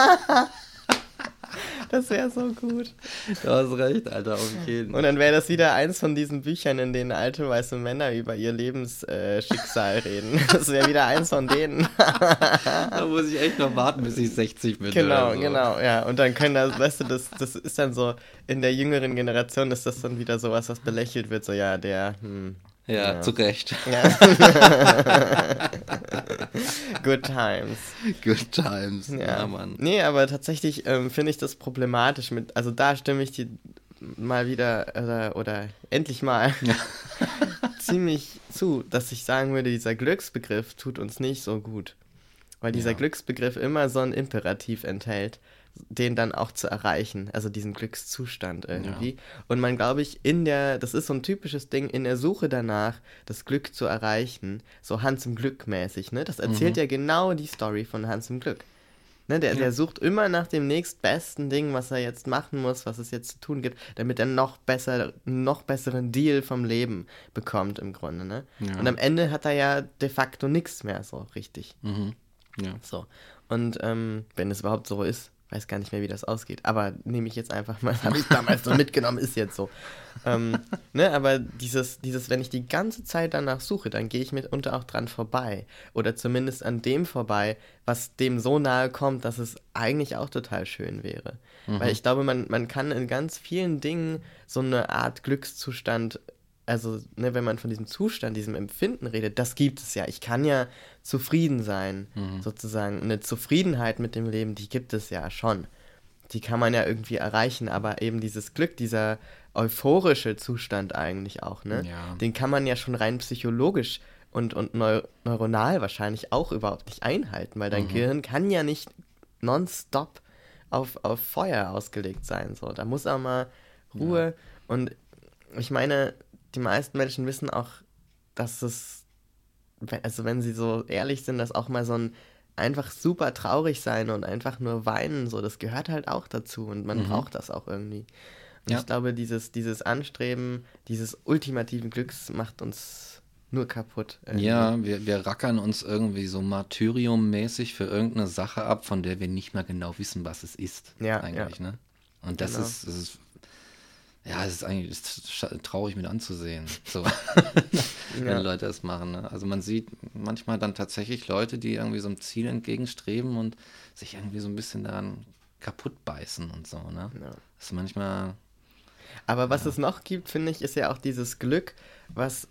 Das wäre so gut. Du hast recht, Alter, auf jeden Fall. Und dann wäre das wieder eins von diesen Büchern, in denen alte weiße Männer über ihr Lebensschicksal reden. Das wäre wieder eins von denen. Da muss ich echt noch warten, bis ich 60 bin. Genau, ja. Und dann können das, weißt du, das ist dann so, in der jüngeren Generation ist das dann wieder sowas, was belächelt wird, so ja, der, Ja, zu Recht. Ja. Good times. Good times. Ja, Mann. Nee, aber tatsächlich finde ich das problematisch also da stimme ich dir mal wieder oder endlich mal ziemlich zu, dass ich sagen würde, dieser Glücksbegriff tut uns nicht so gut. Weil dieser Glücksbegriff immer so einen Imperativ enthält, den dann auch zu erreichen, also diesen Glückszustand irgendwie. Ja. Und man, glaube ich, das ist so ein typisches Ding, in der Suche danach, das Glück zu erreichen, so Hans im Glück mäßig, ne? Das erzählt ja genau die Story von Hans im Glück. Ne? Der sucht immer nach dem nächstbesten Ding, was er jetzt machen muss, was es jetzt zu tun gibt, damit er noch besseren Deal vom Leben bekommt im Grunde, ne? Ja. Und am Ende hat er ja de facto nichts mehr so richtig. Mhm. Ja. So. Und wenn es überhaupt so ist, weiß gar nicht mehr, wie das ausgeht. Aber nehme ich jetzt einfach mal, habe ich damals so mitgenommen, ist jetzt so. Ne, aber dieses, wenn ich die ganze Zeit danach suche, dann gehe ich mitunter auch dran vorbei. Oder zumindest an dem vorbei, was dem so nahe kommt, dass es eigentlich auch total schön wäre. Weil ich glaube, man kann in ganz vielen Dingen so eine Art Glückszustand, also ne, wenn man von diesem Zustand, diesem Empfinden redet, das gibt es ja. Ich kann ja zufrieden sein, sozusagen. Eine Zufriedenheit mit dem Leben, die gibt es ja schon. Die kann man ja irgendwie erreichen, aber eben dieses Glück, dieser euphorische Zustand eigentlich auch, ne? Ja. Den kann man ja schon rein psychologisch und neuronal wahrscheinlich auch überhaupt nicht einhalten, weil dein Gehirn kann ja nicht nonstop auf Feuer ausgelegt sein. So. Da muss auch mal Ruhe. Ja. Und ich meine, die meisten Menschen wissen auch, dass es, also wenn sie so ehrlich sind, dass auch mal so ein einfach super traurig sein und einfach nur weinen, so, das gehört halt auch dazu und man braucht das auch irgendwie. Und ich glaube, dieses Anstreben, dieses ultimativen Glücks macht uns nur kaputt. Irgendwie. Ja, wir rackern uns irgendwie so martyriummäßig für irgendeine Sache ab, von der wir nicht mehr genau wissen, was es ist. Ja, eigentlich, ne? Und das ist ja, es ist eigentlich traurig mit anzusehen, so, wenn Leute das machen. Ne? Also man sieht manchmal dann tatsächlich Leute, die irgendwie so einem Ziel entgegenstreben und sich irgendwie so ein bisschen daran kaputt beißen und so. Ne? Ja. Das ist manchmal... Aber was es noch gibt, finde ich, ist ja auch dieses Glück, was...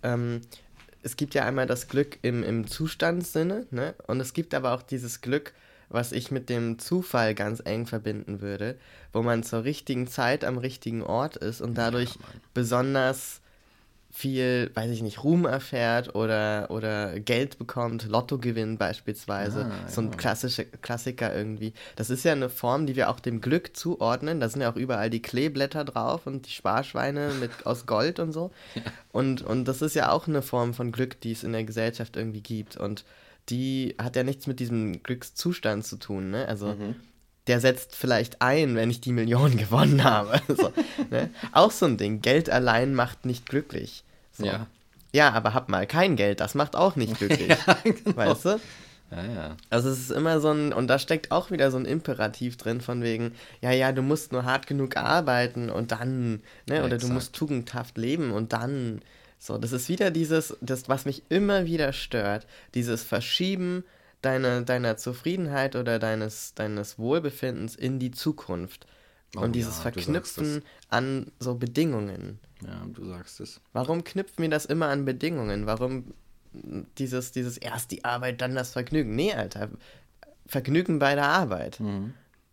es gibt ja einmal das Glück im Zustandssinne, ne? Und es gibt aber auch dieses Glück, was ich mit dem Zufall ganz eng verbinden würde, wo man zur richtigen Zeit am richtigen Ort ist und dadurch besonders viel, weiß ich nicht, Ruhm erfährt oder Geld bekommt, Lottogewinn beispielsweise, so ein Klassiker irgendwie. Das ist ja eine Form, die wir auch dem Glück zuordnen, da sind ja auch überall die Kleeblätter drauf und die Sparschweine aus Gold und so. Ja. Und das ist ja auch eine Form von Glück, die es in der Gesellschaft irgendwie gibt und die hat ja nichts mit diesem Glückszustand zu tun, ne? Also der setzt vielleicht ein, wenn ich die Million gewonnen habe. So, ne? Auch so ein Ding. Geld allein macht nicht glücklich. So. Ja, aber hab mal kein Geld, das macht auch nicht glücklich. Ja, genau. Weißt du? Ja. Also es ist immer so ein, und da steckt auch wieder so ein Imperativ drin von wegen, ja, du musst nur hart genug arbeiten und dann, ne? Oder du musst tugendhaft leben und dann... So, das ist wieder das, was mich immer wieder stört, dieses Verschieben deiner Zufriedenheit oder deines Wohlbefindens in die Zukunft. Und dieses Verknüpfen an so Bedingungen. Ja, du sagst es. Warum knüpfen wir das immer an Bedingungen? Warum dieses erst die Arbeit, dann das Vergnügen? Nee, Alter, Vergnügen bei der Arbeit.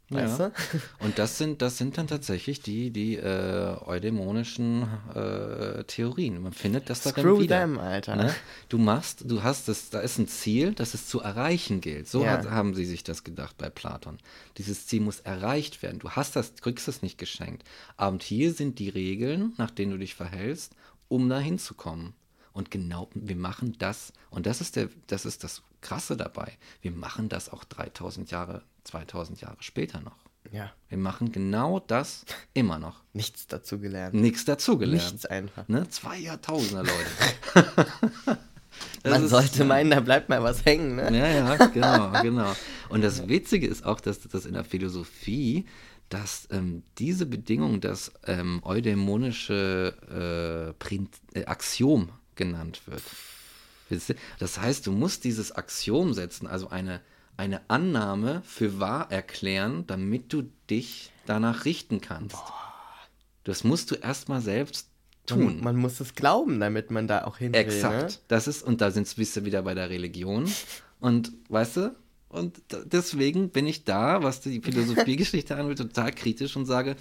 weißt Ja. du? Und das sind dann tatsächlich die eudämonischen Theorien. Man findet das darin Screw wieder. them, Alter. Ne? Du hast es, da ist ein Ziel, das es zu erreichen gilt. So Ja. haben sie sich das gedacht bei Platon. Dieses Ziel muss erreicht werden. Kriegst es nicht geschenkt. Und hier sind die Regeln, nach denen du dich verhältst, um da hinzukommen. Und genau, wir machen das, und das ist das Krasse dabei. Wir machen das auch 2000 Jahre später noch. Ja. Wir machen genau das immer noch. Nichts dazu gelernt. Nichts dazugelernt. Nichts einfach. Ne? 2 Jahrtausender, Leute. Man sollte meinen, da bleibt mal was hängen, ne? Ja, genau. Und das Witzige ist auch, dass das in der Philosophie, dass diese Bedingung, das eudämonische Axiom genannt wird. Das heißt, du musst dieses Axiom setzen, also eine Annahme für wahr erklären, damit du dich danach richten kannst. Das musst du erstmal selbst tun. Man muss es glauben, damit man da auch hin will. Exakt. Ne? Und da bist du wieder bei der Religion. Und weißt du, deswegen bin ich da, was die Philosophiegeschichte angeht, total kritisch und sage,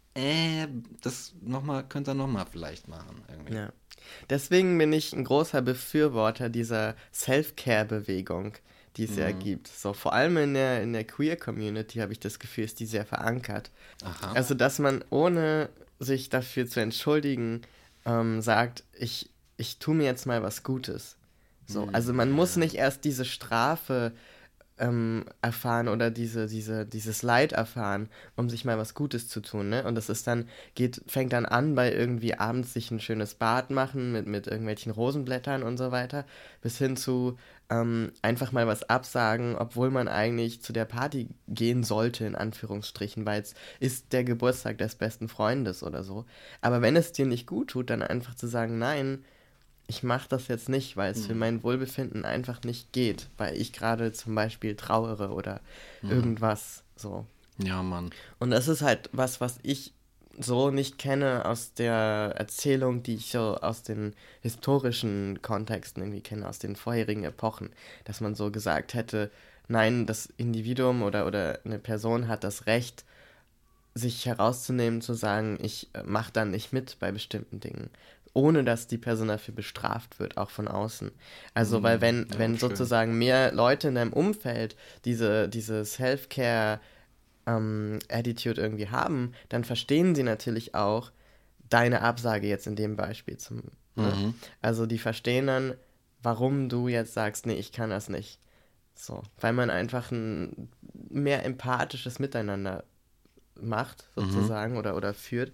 das könnt ihr nochmal vielleicht machen. Irgendwie. Ja. Deswegen bin ich ein großer Befürworter dieser Self-Care-Bewegung, die es ja gibt. So, vor allem in der Queer-Community habe ich das Gefühl, ist die sehr verankert. Aha. Also, dass man ohne sich dafür zu entschuldigen, sagt, ich tue mir jetzt mal was Gutes. So, also man muss nicht erst diese Strafe erfahren oder dieses Leid erfahren, um sich mal was Gutes zu tun, ne? Und das ist dann, fängt dann an bei irgendwie abends sich ein schönes Bad machen mit irgendwelchen Rosenblättern und so weiter, bis hin zu einfach mal was absagen, obwohl man eigentlich zu der Party gehen sollte, in Anführungsstrichen, weil es ist der Geburtstag des besten Freundes oder so. Aber wenn es dir nicht gut tut, dann einfach zu sagen, nein, ich mache das jetzt nicht, weil es für mein Wohlbefinden einfach nicht geht, weil ich gerade zum Beispiel trauere oder irgendwas so. Ja, Mann. Und das ist halt was ich so nicht kenne aus der Erzählung, die ich so aus den historischen Kontexten irgendwie kenne, aus den vorherigen Epochen, dass man so gesagt hätte, nein, das Individuum oder eine Person hat das Recht, sich herauszunehmen, zu sagen, ich mache dann nicht mit bei bestimmten Dingen, ohne dass die Person dafür bestraft wird, auch von außen. Also, weil wenn sozusagen mehr Leute in deinem Umfeld diese Self-Care Attitude irgendwie haben, dann verstehen sie natürlich auch deine Absage jetzt in dem Beispiel. Ne? Also die verstehen dann, warum du jetzt sagst, nee, ich kann das nicht. So, weil man einfach ein mehr empathisches Miteinander macht, sozusagen, oder führt.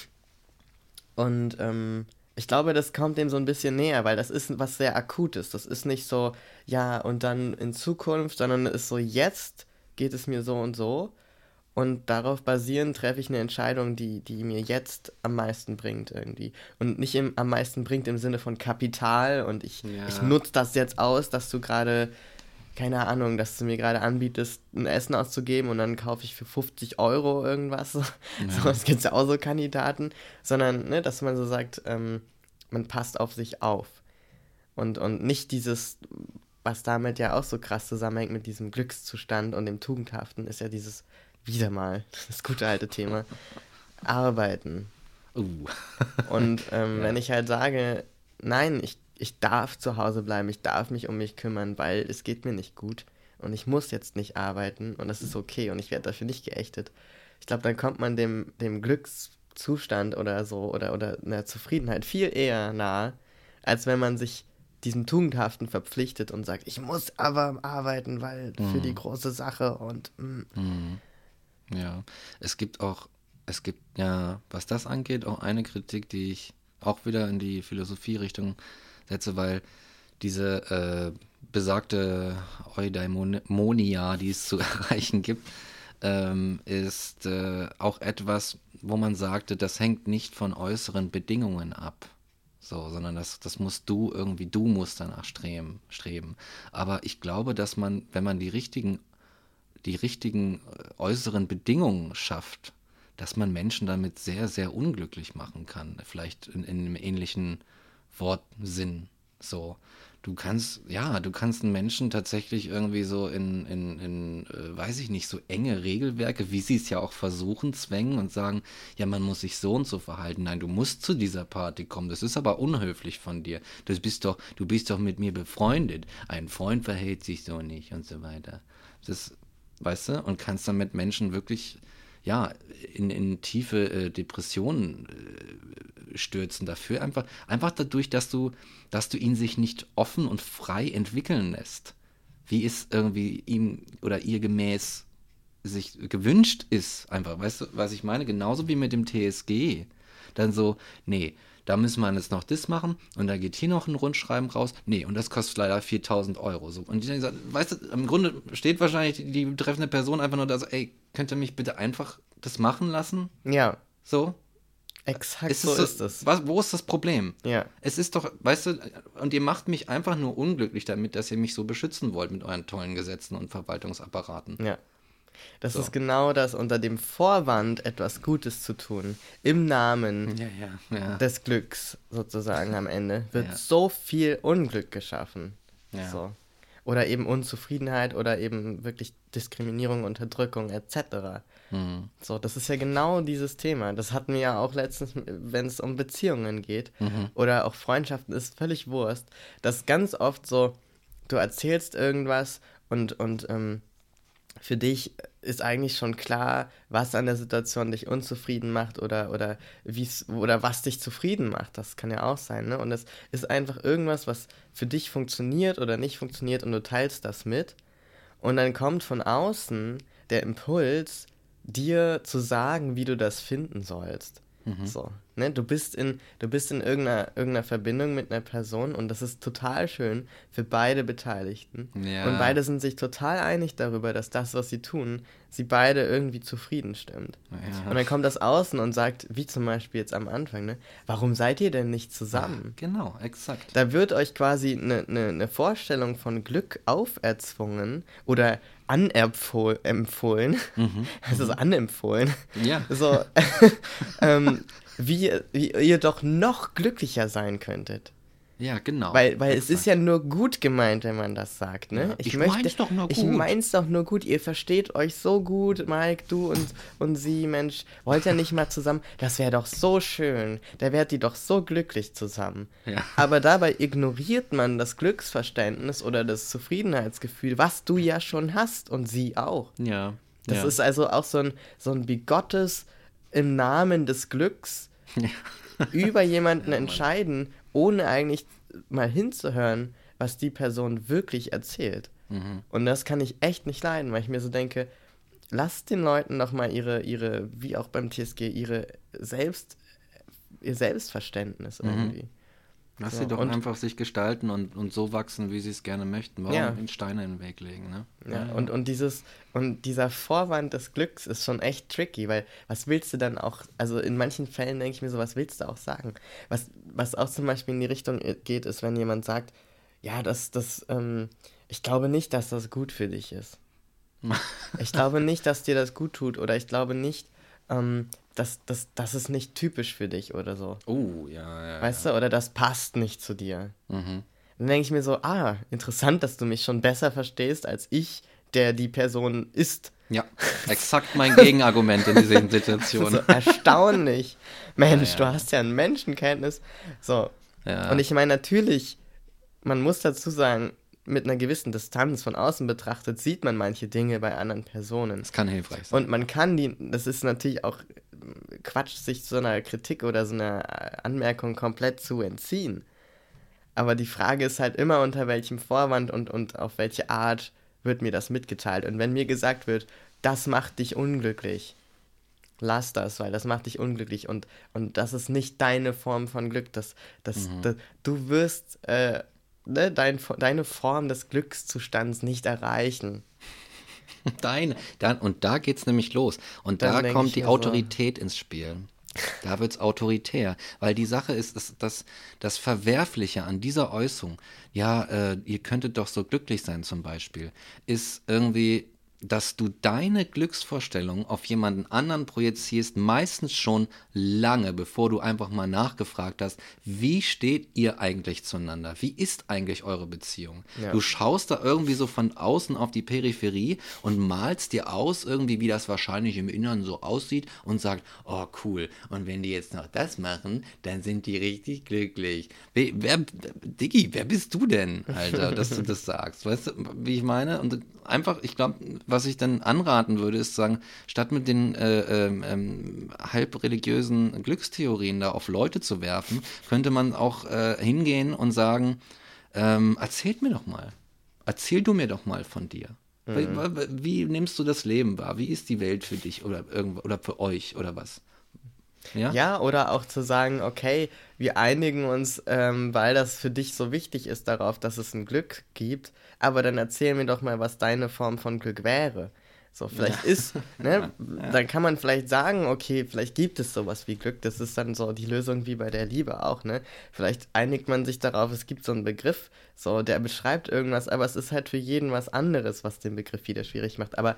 Und ich glaube, das kommt dem so ein bisschen näher, weil das ist was sehr Akutes. Das ist nicht so, ja, und dann in Zukunft, sondern es ist so, jetzt geht es mir so und so. Und darauf basierend treffe ich eine Entscheidung, die mir jetzt am meisten bringt irgendwie. Und nicht am meisten bringt im Sinne von Kapital und ich nutze das jetzt aus, dass du gerade, keine Ahnung, dass du mir gerade anbietest, ein Essen auszugeben und dann kaufe ich für 50 € irgendwas. Ja. So, es gibt ja auch so Kandidaten. Sondern, ne, dass man so sagt, man passt auf sich auf. Und nicht dieses, was damit ja auch so krass zusammenhängt mit diesem Glückszustand und dem Tugendhaften, ist ja dieses wieder mal, das gute alte Thema, Arbeiten. Und wenn ich halt sage, nein, ich darf zu Hause bleiben, ich darf mich um mich kümmern, weil es geht mir nicht gut und ich muss jetzt nicht arbeiten und das ist okay und ich werde dafür nicht geächtet. Ich glaube, dann kommt man dem Glückszustand oder so oder einer Zufriedenheit viel eher nahe, als wenn man sich diesem Tugendhaften verpflichtet und sagt, ich muss aber arbeiten, weil für die große Sache und Ja, es gibt ja, was das angeht, auch eine Kritik, die ich auch wieder in die Philosophie-Richtung setze, weil diese besagte Eudaimonia, die es zu erreichen gibt, ist auch etwas, wo man sagte, das hängt nicht von äußeren Bedingungen ab, so, sondern das musst du musst danach streben. Aber ich glaube, dass man, wenn man die richtigen äußeren Bedingungen schafft, dass man Menschen damit sehr, sehr unglücklich machen kann. Vielleicht in einem ähnlichen Wortsinn. So, du kannst einen Menschen tatsächlich irgendwie so weiß ich nicht, so enge Regelwerke, wie sie es ja auch versuchen, zwängen und sagen, ja, man muss sich so und so verhalten. Nein, du musst zu dieser Party kommen. Das ist aber unhöflich von dir. Du bist doch mit mir befreundet. Ein Freund verhält sich so nicht und so weiter. Das, weißt du, und kannst dann mit Menschen wirklich, ja, in tiefe Depressionen stürzen dafür. Einfach dadurch, dass du ihn sich nicht offen und frei entwickeln lässt. Wie es irgendwie ihm oder ihr gemäß sich gewünscht ist. Einfach, weißt du, was ich meine? Genauso wie mit dem TSG. Dann so, nee, da müssen wir jetzt noch das machen und da geht hier noch ein Rundschreiben raus. Nee, und das kostet leider 4.000 Euro. So. Und die dann gesagt, weißt du, im Grunde steht wahrscheinlich die betreffende Person einfach nur da so, ey, könnt ihr mich bitte einfach das machen lassen? Ja. So. Exakt so ist es. Wo ist das Problem? Ja. Es ist doch, weißt du, und ihr macht mich einfach nur unglücklich damit, dass ihr mich so beschützen wollt mit euren tollen Gesetzen und Verwaltungsapparaten. Ja. Das ist genau das, unter dem Vorwand, etwas Gutes zu tun, im Namen des Glücks sozusagen am Ende, wird so viel Unglück geschaffen. Ja. So. Oder eben Unzufriedenheit oder eben wirklich Diskriminierung, Unterdrückung etc. So, das ist ja genau dieses Thema. Das hatten wir ja auch letztens, wenn es um Beziehungen geht oder auch Freundschaften, ist völlig Wurst. Das ganz oft so, du erzählst irgendwas und für dich ist eigentlich schon klar, was an der Situation dich unzufrieden macht oder was dich zufrieden macht. Das kann ja auch sein, ne? Und es ist einfach irgendwas, was für dich funktioniert oder nicht funktioniert und du teilst das mit. Und dann kommt von außen der Impuls, dir zu sagen, wie du das finden sollst. So, ne? Du bist in irgendeiner Verbindung mit einer Person und das ist total schön für beide Beteiligten. Ja. Und beide sind sich total einig darüber, dass das, was sie tun, sie beide irgendwie zufrieden stimmt. Ja. Und dann kommt das Außen und sagt, wie zum Beispiel jetzt am Anfang, ne? Warum seid ihr denn nicht zusammen? Genau, exakt. Da wird euch quasi eine Vorstellung von Glück auferzwungen oder anerempfohlen. Es ist anempfohlen. Ja. So, wie ihr doch noch glücklicher sein könntet. Ja, genau. Weil es ist ja nur gut gemeint, wenn man das sagt, ne? Ja, ich mein's doch nur gut. Ich mein's doch nur gut. Ihr versteht euch so gut, Mike, du und sie, Mensch. Wollt ihr nicht mal zusammen? Das wäre doch so schön. Da wärt ihr doch so glücklich zusammen. Ja. Aber dabei ignoriert man das Glücksverständnis oder das Zufriedenheitsgefühl, was du ja schon hast und sie auch. Ja. Das ist also auch so ein bigottes im Namen des Glücks über jemanden entscheiden, ohne eigentlich mal hinzuhören, was die Person wirklich erzählt. Und das kann ich echt nicht leiden, weil ich mir so denke, lasst den Leuten doch mal ihre wie auch beim TSG, ihr Selbstverständnis irgendwie. Lass sie doch einfach sich gestalten und so wachsen, wie sie es gerne möchten. Warum den Steine in den Weg legen, ne? Ja, und dieser Vorwand des Glücks ist schon echt tricky, weil was willst du dann auch, also in manchen Fällen denke ich mir so, was willst du auch sagen? Was auch zum Beispiel in die Richtung geht, ist, wenn jemand sagt, ja, ich glaube nicht, dass das gut für dich ist. Ich glaube nicht, dass dir das gut tut oder ich glaube nicht, das ist nicht typisch für dich oder so. Oh, ja. Weißt du, oder das passt nicht zu dir. Dann denke ich mir so, interessant, dass du mich schon besser verstehst als ich, der die Person ist. Ja, exakt mein Gegenargument in dieser Situation. So erstaunlich. Mensch, du hast ja ein Menschenkenntnis. So. Ja. Und ich meine, natürlich, man muss dazu sagen, mit einer gewissen Distanz von außen betrachtet, sieht man manche Dinge bei anderen Personen. Das kann hilfreich sein. Und man kann das ist natürlich auch Quatsch, sich so einer Kritik oder so einer Anmerkung komplett zu entziehen. Aber die Frage ist halt immer, unter welchem Vorwand und auf welche Art wird mir das mitgeteilt. Und wenn mir gesagt wird, das macht dich unglücklich, lass das, weil das macht dich unglücklich und das ist nicht deine Form von Glück. Du wirst deine Form des Glückszustands nicht erreichen. Und da geht's nämlich los. Und Dann da kommt die mir Autorität ins Spiel. Da wird's autoritär. Weil die Sache ist, das Verwerfliche an dieser Äußerung, ihr könntet doch so glücklich sein zum Beispiel, ist irgendwie, dass du deine Glücksvorstellung auf jemanden anderen projizierst, meistens schon lange, bevor du einfach mal nachgefragt hast, wie steht ihr eigentlich zueinander? Wie ist eigentlich eure Beziehung? Ja. Du schaust da irgendwie so von außen auf die Peripherie und malst dir aus irgendwie, wie das wahrscheinlich im Inneren so aussieht und sagst, oh cool, und wenn die jetzt noch das machen, dann sind die richtig glücklich. Diggi, wer bist du denn, Alter, dass du das sagst? Weißt du, wie ich meine? Und einfach, ich glaube, was ich dann anraten würde, ist sagen, statt mit den halb religiösen Glückstheorien da auf Leute zu werfen, könnte man auch hingehen und sagen, erzählt mir doch mal. Erzähl du mir doch mal von dir. Wie nimmst du das Leben wahr? Wie ist die Welt für dich oder für euch oder was? Ja? Ja, oder auch zu sagen, okay, wir einigen uns, weil das für dich so wichtig ist, darauf, dass es ein Glück gibt, aber dann erzähl mir doch mal, was deine Form von Glück wäre. So, vielleicht ist, ne, dann kann man vielleicht sagen, okay, vielleicht gibt es sowas wie Glück, das ist dann so die Lösung wie bei der Liebe auch, ne? Vielleicht einigt man sich darauf, es gibt so einen Begriff, so, der beschreibt irgendwas, aber es ist halt für jeden was anderes, was den Begriff wieder schwierig macht. Aber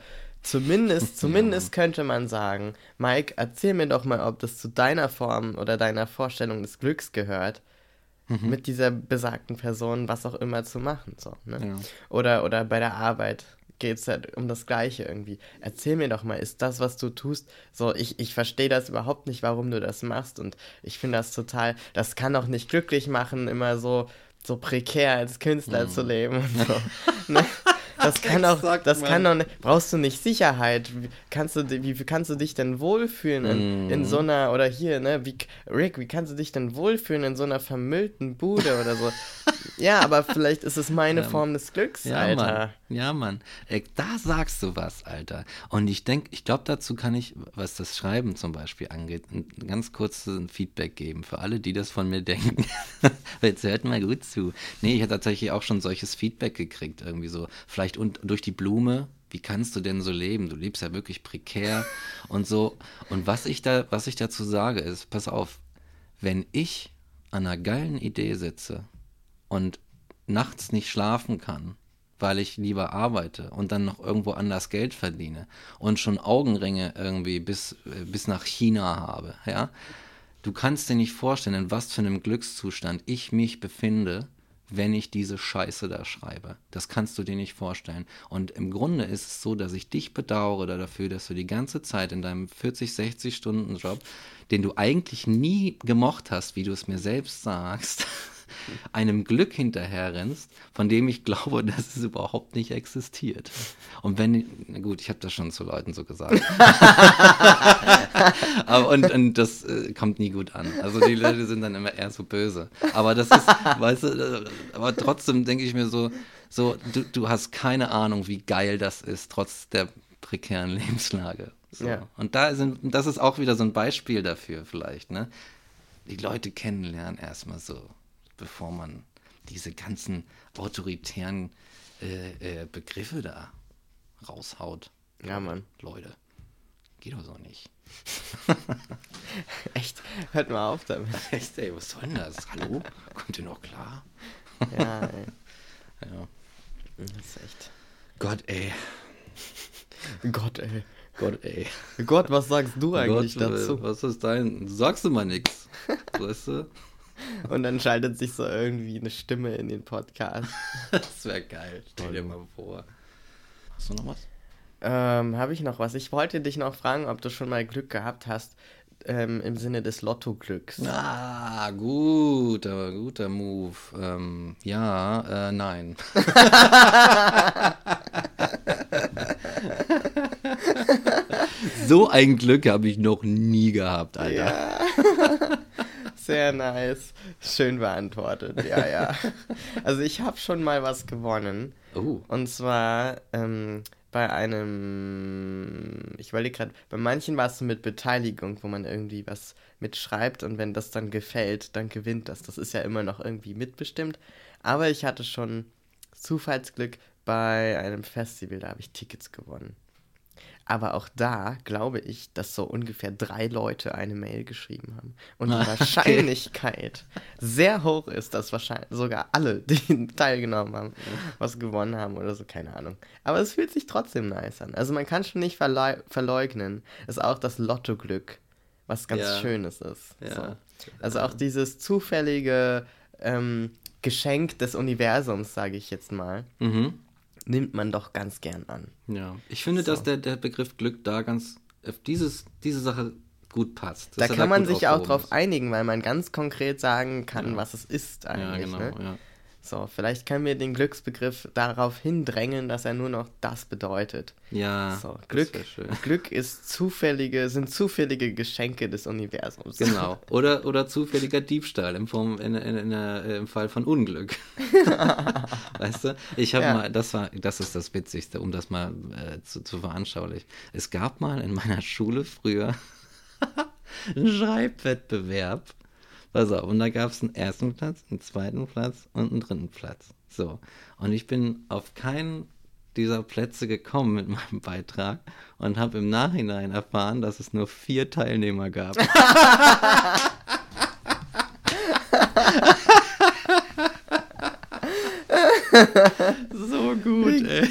zumindest könnte man sagen, Mike, erzähl mir doch mal, ob das zu deiner Form oder deiner Vorstellung des Glücks gehört, mit dieser besagten Person was auch immer zu machen, so, ne? Ja. Oder bei der Arbeit geht es halt um das Gleiche irgendwie. Erzähl mir doch mal, ist das, was du tust, so, ich verstehe das überhaupt nicht, warum du das machst und ich finde das total, das kann doch nicht glücklich machen, immer so prekär als Künstler zu leben und so. Ne? Das kann auch, Exakt, das kann Mann. doch nicht, brauchst du nicht Sicherheit? Wie kannst du dich denn wohlfühlen in so einer, oder hier, ne, Rick, wie kannst du dich denn wohlfühlen in so einer vermüllten Bude oder so? Ja, aber vielleicht ist es meine Form des Glücks, Ja, Alter. Mann. Ja, Mann. Da sagst du was, Alter. Und ich glaube, dazu kann ich, was das Schreiben zum Beispiel angeht, ein ganz kurzes Feedback geben für alle, die das von mir denken. Jetzt hört mal gut zu. Nee, ich habe tatsächlich auch schon solches Feedback gekriegt, irgendwie so. Vielleicht durch die Blume. Wie kannst du denn so leben? Du lebst ja wirklich prekär und so. Und was ich dazu sage ist, pass auf, wenn ich an einer geilen Idee sitze und nachts nicht schlafen kann, weil ich lieber arbeite und dann noch irgendwo anders Geld verdiene und schon Augenringe irgendwie bis nach China habe, ja? Du kannst dir nicht vorstellen, in was für einem Glückszustand ich mich befinde, wenn ich diese Scheiße da schreibe. Das kannst du dir nicht vorstellen. Und im Grunde ist es so, dass ich dich bedauere dafür, dass du die ganze Zeit in deinem 40-60-Stunden-Job, den du eigentlich nie gemocht hast, wie du es mir selbst sagst, einem Glück hinterherrennst, von dem ich glaube, dass es überhaupt nicht existiert. Und na gut, ich habe das schon zu Leuten so gesagt. Aber und das kommt nie gut an. Also die Leute sind dann immer eher so böse. Aber das ist, weißt du, aber trotzdem denke ich mir so du hast keine Ahnung, wie geil das ist, trotz der prekären Lebenslage. So. Ja. Und das ist auch wieder so ein Beispiel dafür vielleicht, ne? Die Leute kennenlernen erstmal so, bevor man diese ganzen autoritären Begriffe da raushaut. Ja, Mann. Leute, geht doch so nicht. Echt, hört mal auf damit. Echt, ey, was soll denn das? Hallo? Kommt ihr noch klar? Ja, ey. Ja. Das ist echt. Gott, ey. Gott, ey. Gott, ey. Gott, was sagst du eigentlich Gott, dazu? was ist dein... Sagst du mal nix. Weißt du? Und dann schaltet sich so irgendwie eine Stimme in den Podcast. Das wäre geil. Stell dir mal vor. Hast du noch was? Habe ich noch was? Ich wollte dich noch fragen, ob du schon mal Glück gehabt hast, im Sinne des Lottoglücks. Ah, guter Move. Nein. So ein Glück habe ich noch nie gehabt, Alter. Ja. Sehr nice. Schön beantwortet. Ja, ja. Also ich habe schon mal was gewonnen. Oh. Und zwar bei einem, ich überlege gerade, bei manchen war es so mit Beteiligung, wo man irgendwie was mitschreibt und wenn das dann gefällt, dann gewinnt das. Das ist ja immer noch irgendwie mitbestimmt. Aber ich hatte schon Zufallsglück bei einem Festival, da habe ich Tickets gewonnen. Aber auch da glaube ich, dass so ungefähr 3 Leute eine Mail geschrieben haben. Und die Wahrscheinlichkeit sehr hoch ist, dass wahrscheinlich sogar alle, die teilgenommen haben, was gewonnen haben oder so, keine Ahnung. Aber es fühlt sich trotzdem nice an. Also man kann schon nicht verleugnen. Es ist auch das Lottoglück, was ganz Ja. Schönes ist. Ja. So. Also auch dieses zufällige Geschenk des Universums, sage ich jetzt mal, nimmt man doch ganz gern an. Ja. Ich finde, dass der Begriff Glück da ganz auf diese Sache gut passt. Da Dass er kann man gut sich auch aufgehoben drauf ist. einigen, weil man ganz konkret sagen kann, was es ist Ja, eigentlich. genau, Ne? ja. So, vielleicht können wir den Glücksbegriff darauf hindrängen, dass er nur noch das bedeutet. Ja, So, das Glück, wär schön. Glück sind zufällige Geschenke des Universums. Genau. Oder zufälliger Diebstahl im Fall von Unglück. Weißt du? Ich habe Ja. mal, das ist das Witzigste, um das mal zu veranschaulichen. Es gab mal in meiner Schule früher einen Schreibwettbewerb. Pass auf, und da gab es einen ersten Platz, einen zweiten Platz und einen dritten Platz. So. Und ich bin auf keinen dieser Plätze gekommen mit meinem Beitrag und habe im Nachhinein erfahren, dass es nur 4 Teilnehmer gab. So gut, ey.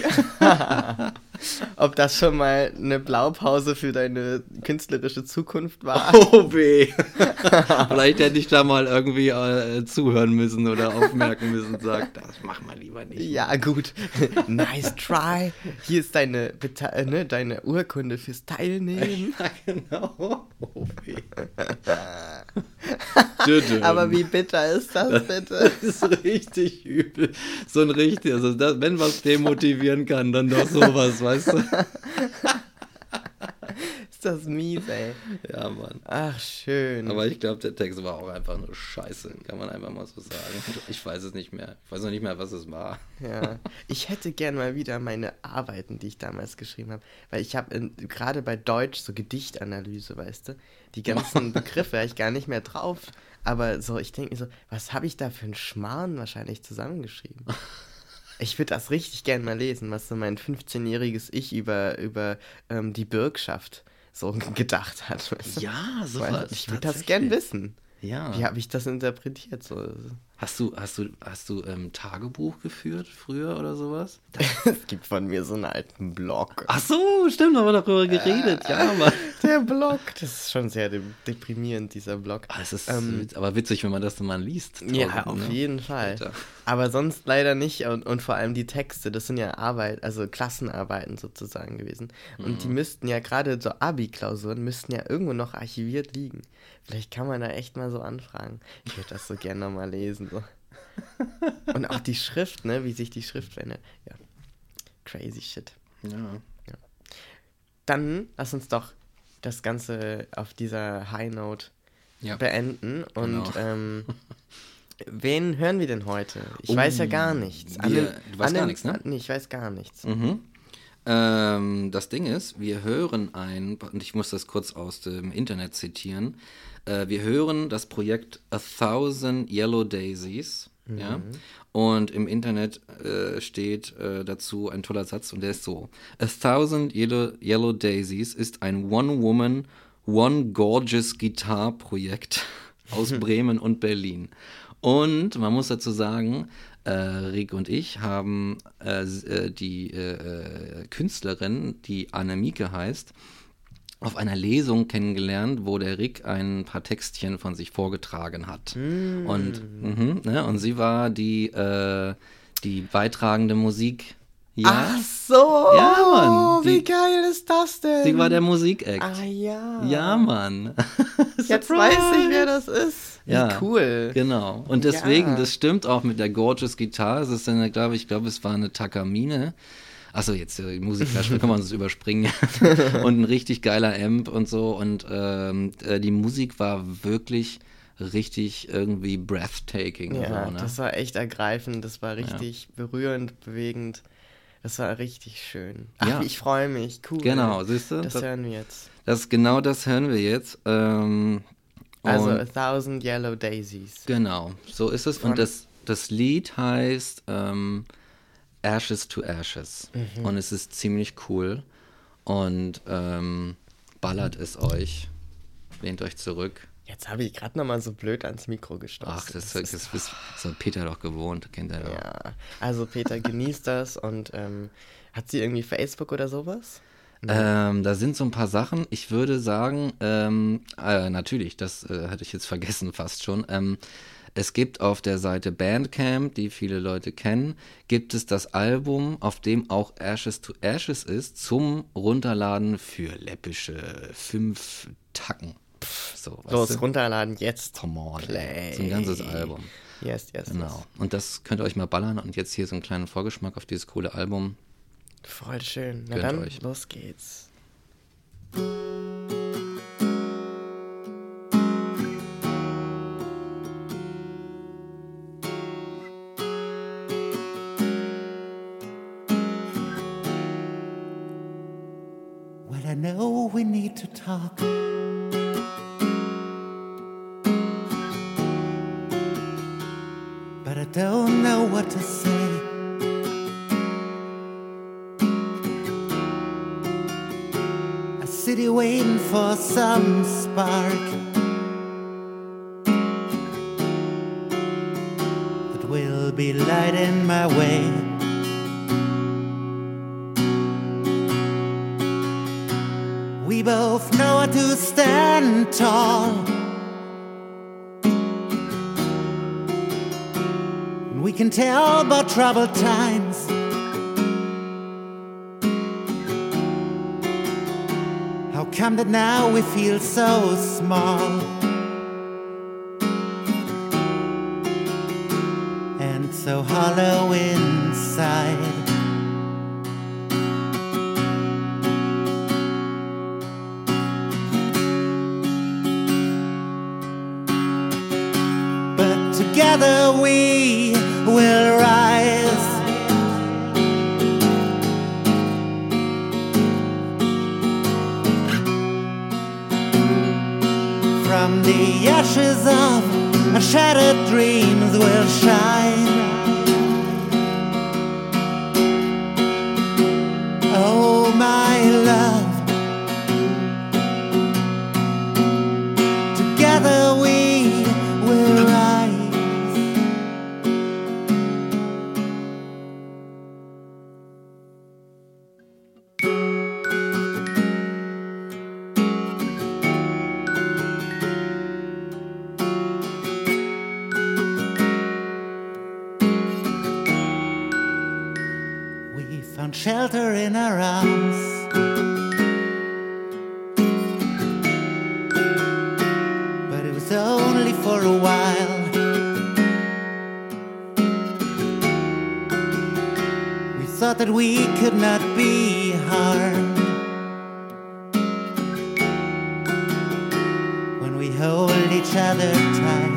Ob das schon mal eine Blaupause für deine künstlerische Zukunft war? Oh weh. Vielleicht hätte ich da mal irgendwie zuhören müssen oder aufmerken müssen und sagt, das mach mal lieber nicht. Ja, gut. Nice try. Hier ist deine Urkunde fürs Teilnehmen. Ja, genau. Oh weh. Aber wie bitter ist das bitte? Das ist richtig übel. So ein richtig, also wenn was demotivieren kann, dann doch sowas, weißt du? Ist das mies, ey. Ja, Mann. Ach, schön. Aber ich glaube, der Text war auch einfach nur scheiße, kann man einfach mal so sagen. Ich weiß es nicht mehr. Ich weiß noch nicht mehr, was es war. Ja, ich hätte gern mal wieder meine Arbeiten, die ich damals geschrieben habe, weil ich habe gerade bei Deutsch so Gedichtanalyse, weißt du, die ganzen Begriffe habe ich gar nicht mehr drauf, aber so, ich denke mir so, was habe ich da für einen Schmarrn wahrscheinlich zusammengeschrieben? Ich würde das richtig gern mal lesen, was so mein 15-jähriges Ich über die Bürgschaft so gedacht hat. Weißt du? Ja, Weil ich würde das gern wissen. Ja. Wie habe ich das interpretiert? So? Hast du Tagebuch geführt früher oder sowas? Es gibt von mir so einen alten Blog. Ach so, stimmt, haben wir darüber geredet. Ja, Mann. Der Blog, das ist schon sehr deprimierend, dieser Blog. Es ist aber witzig, wenn man das dann mal liest. Ja, auf jeden Fall. Später. Aber sonst leider nicht. Und vor allem die Texte, das sind ja also Klassenarbeiten sozusagen gewesen. Und die müssten ja gerade so Abi-Klausuren, müssten ja irgendwo noch archiviert liegen. Vielleicht kann man da echt mal so anfragen. Ich würde das so gerne nochmal lesen. So. Und auch die Schrift, ne, wie sich die Schrift verändert. Ja, crazy shit. Ja. Dann lass uns doch das Ganze auf dieser High Note beenden. Und wen hören wir denn heute? Ich weiß ja gar nichts. Du weißt gar nichts, ne? Nee, ich weiß gar nichts. Das Ding ist, wir hören und ich muss das kurz aus dem Internet zitieren, wir hören das Projekt 1000 Yellow Daisies, ja, und im Internet steht dazu ein toller Satz und der ist so: 1000 Yellow Daisies ist ein One-Woman, One-Gorgeous Guitar-Projekt aus Bremen und Berlin. Und man muss dazu sagen, Rick und ich haben die Künstlerin, die Annemieke heißt, auf einer Lesung kennengelernt, wo der Rick ein paar Textchen von sich vorgetragen hat. Und sie war die beitragende Musik. Ja, Ach so! Ja, Mann. Wie geil ist das denn? sie war der Musikact. Ah ja. Ja, Mann. Jetzt weiß ich, wer das ist. Wie Ja, cool. Genau. Und deswegen, Ja. das stimmt auch mit der Gorgeous Guitar. Es ist eine, ich glaube, es war eine Takamine. Achso, jetzt die Musik, da kann man es überspringen. Und ein richtig geiler Amp und so. Und die Musik war wirklich richtig irgendwie breathtaking. Ja, so, ne? das war echt ergreifend. Das war richtig berührend, bewegend. Das war richtig schön. Ach, Ja. ich freue mich. Cool. Genau, siehst du? Das hören wir jetzt. Genau das hören wir jetzt. Also Und 1000 Yellow Daisies. genau, so ist es. Und das Lied heißt Ashes to Ashes. Und es ist ziemlich cool. und ballert es euch. Lehnt euch zurück. Jetzt habe ich gerade nochmal so blöd ans Mikro gestoßen. Ach, das ist so Peter doch gewohnt, kennt er doch. Ja, also Peter genießt das und hat sie irgendwie Facebook oder sowas? Da sind so ein paar Sachen. Ich würde sagen, natürlich, das hatte ich jetzt vergessen fast schon. Es gibt auf der Seite Bandcamp, die viele Leute kennen, gibt es das Album, auf dem auch Ashes to Ashes ist, zum Runterladen für läppische 5 Tacken. So, Los, runterladen jetzt. Come on, Play. so ein ganzes Album. Yes. Genau. Und das könnt ihr euch mal ballern und jetzt hier so einen kleinen Vorgeschmack auf dieses coole Album. Voll schön. Na Gönnt dann, euch. los geht's. Well, I know we need to talk. But I don't know what to say. A city waiting for some spark that will be lighting my way. We both know how to stand tall. We can tell about troubled times. How come that now we feel so small? And so hollow inside. But together we will rise. From the ashes of our shattered dreams will shine. Oh, my love, together we will rise. We found shelter in our arms. But it was only for a while. We thought that we could not be harmed when we hold each other tight.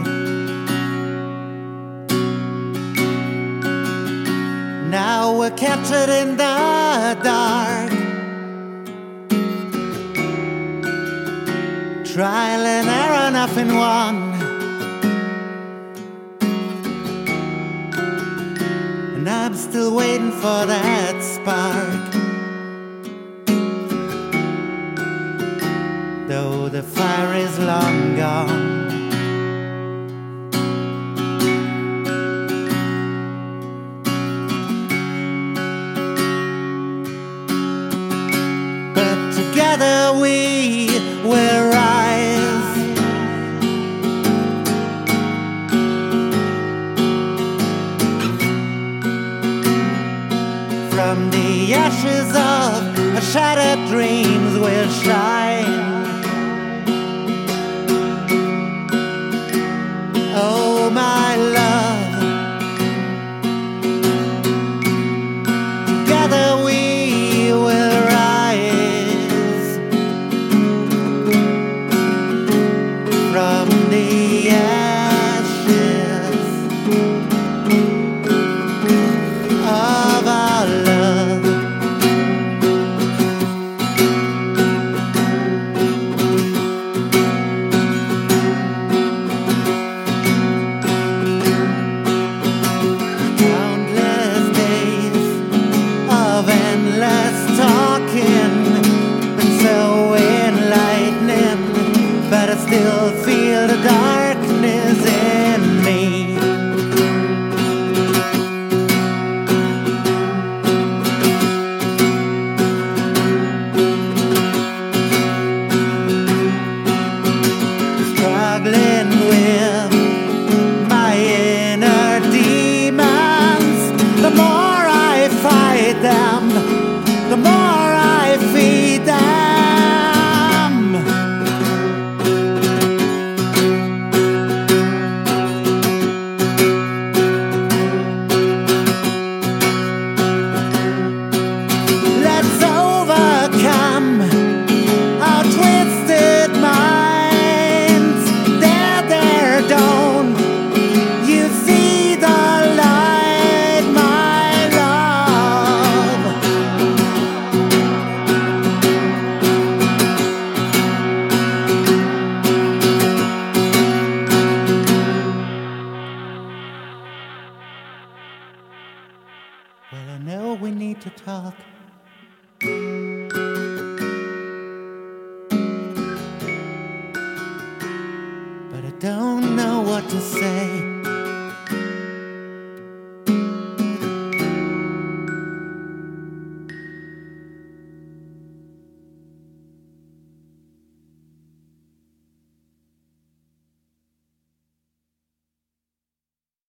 Now we're captured in the dark. Trial and error, nothing won. And I'm still waiting for that spark. Though the fire is long gone. Together we will rise. From the ashes of our shattered dreams will shine. Oh, my love, together we will rise. From the ashes of our love. don't know what to say.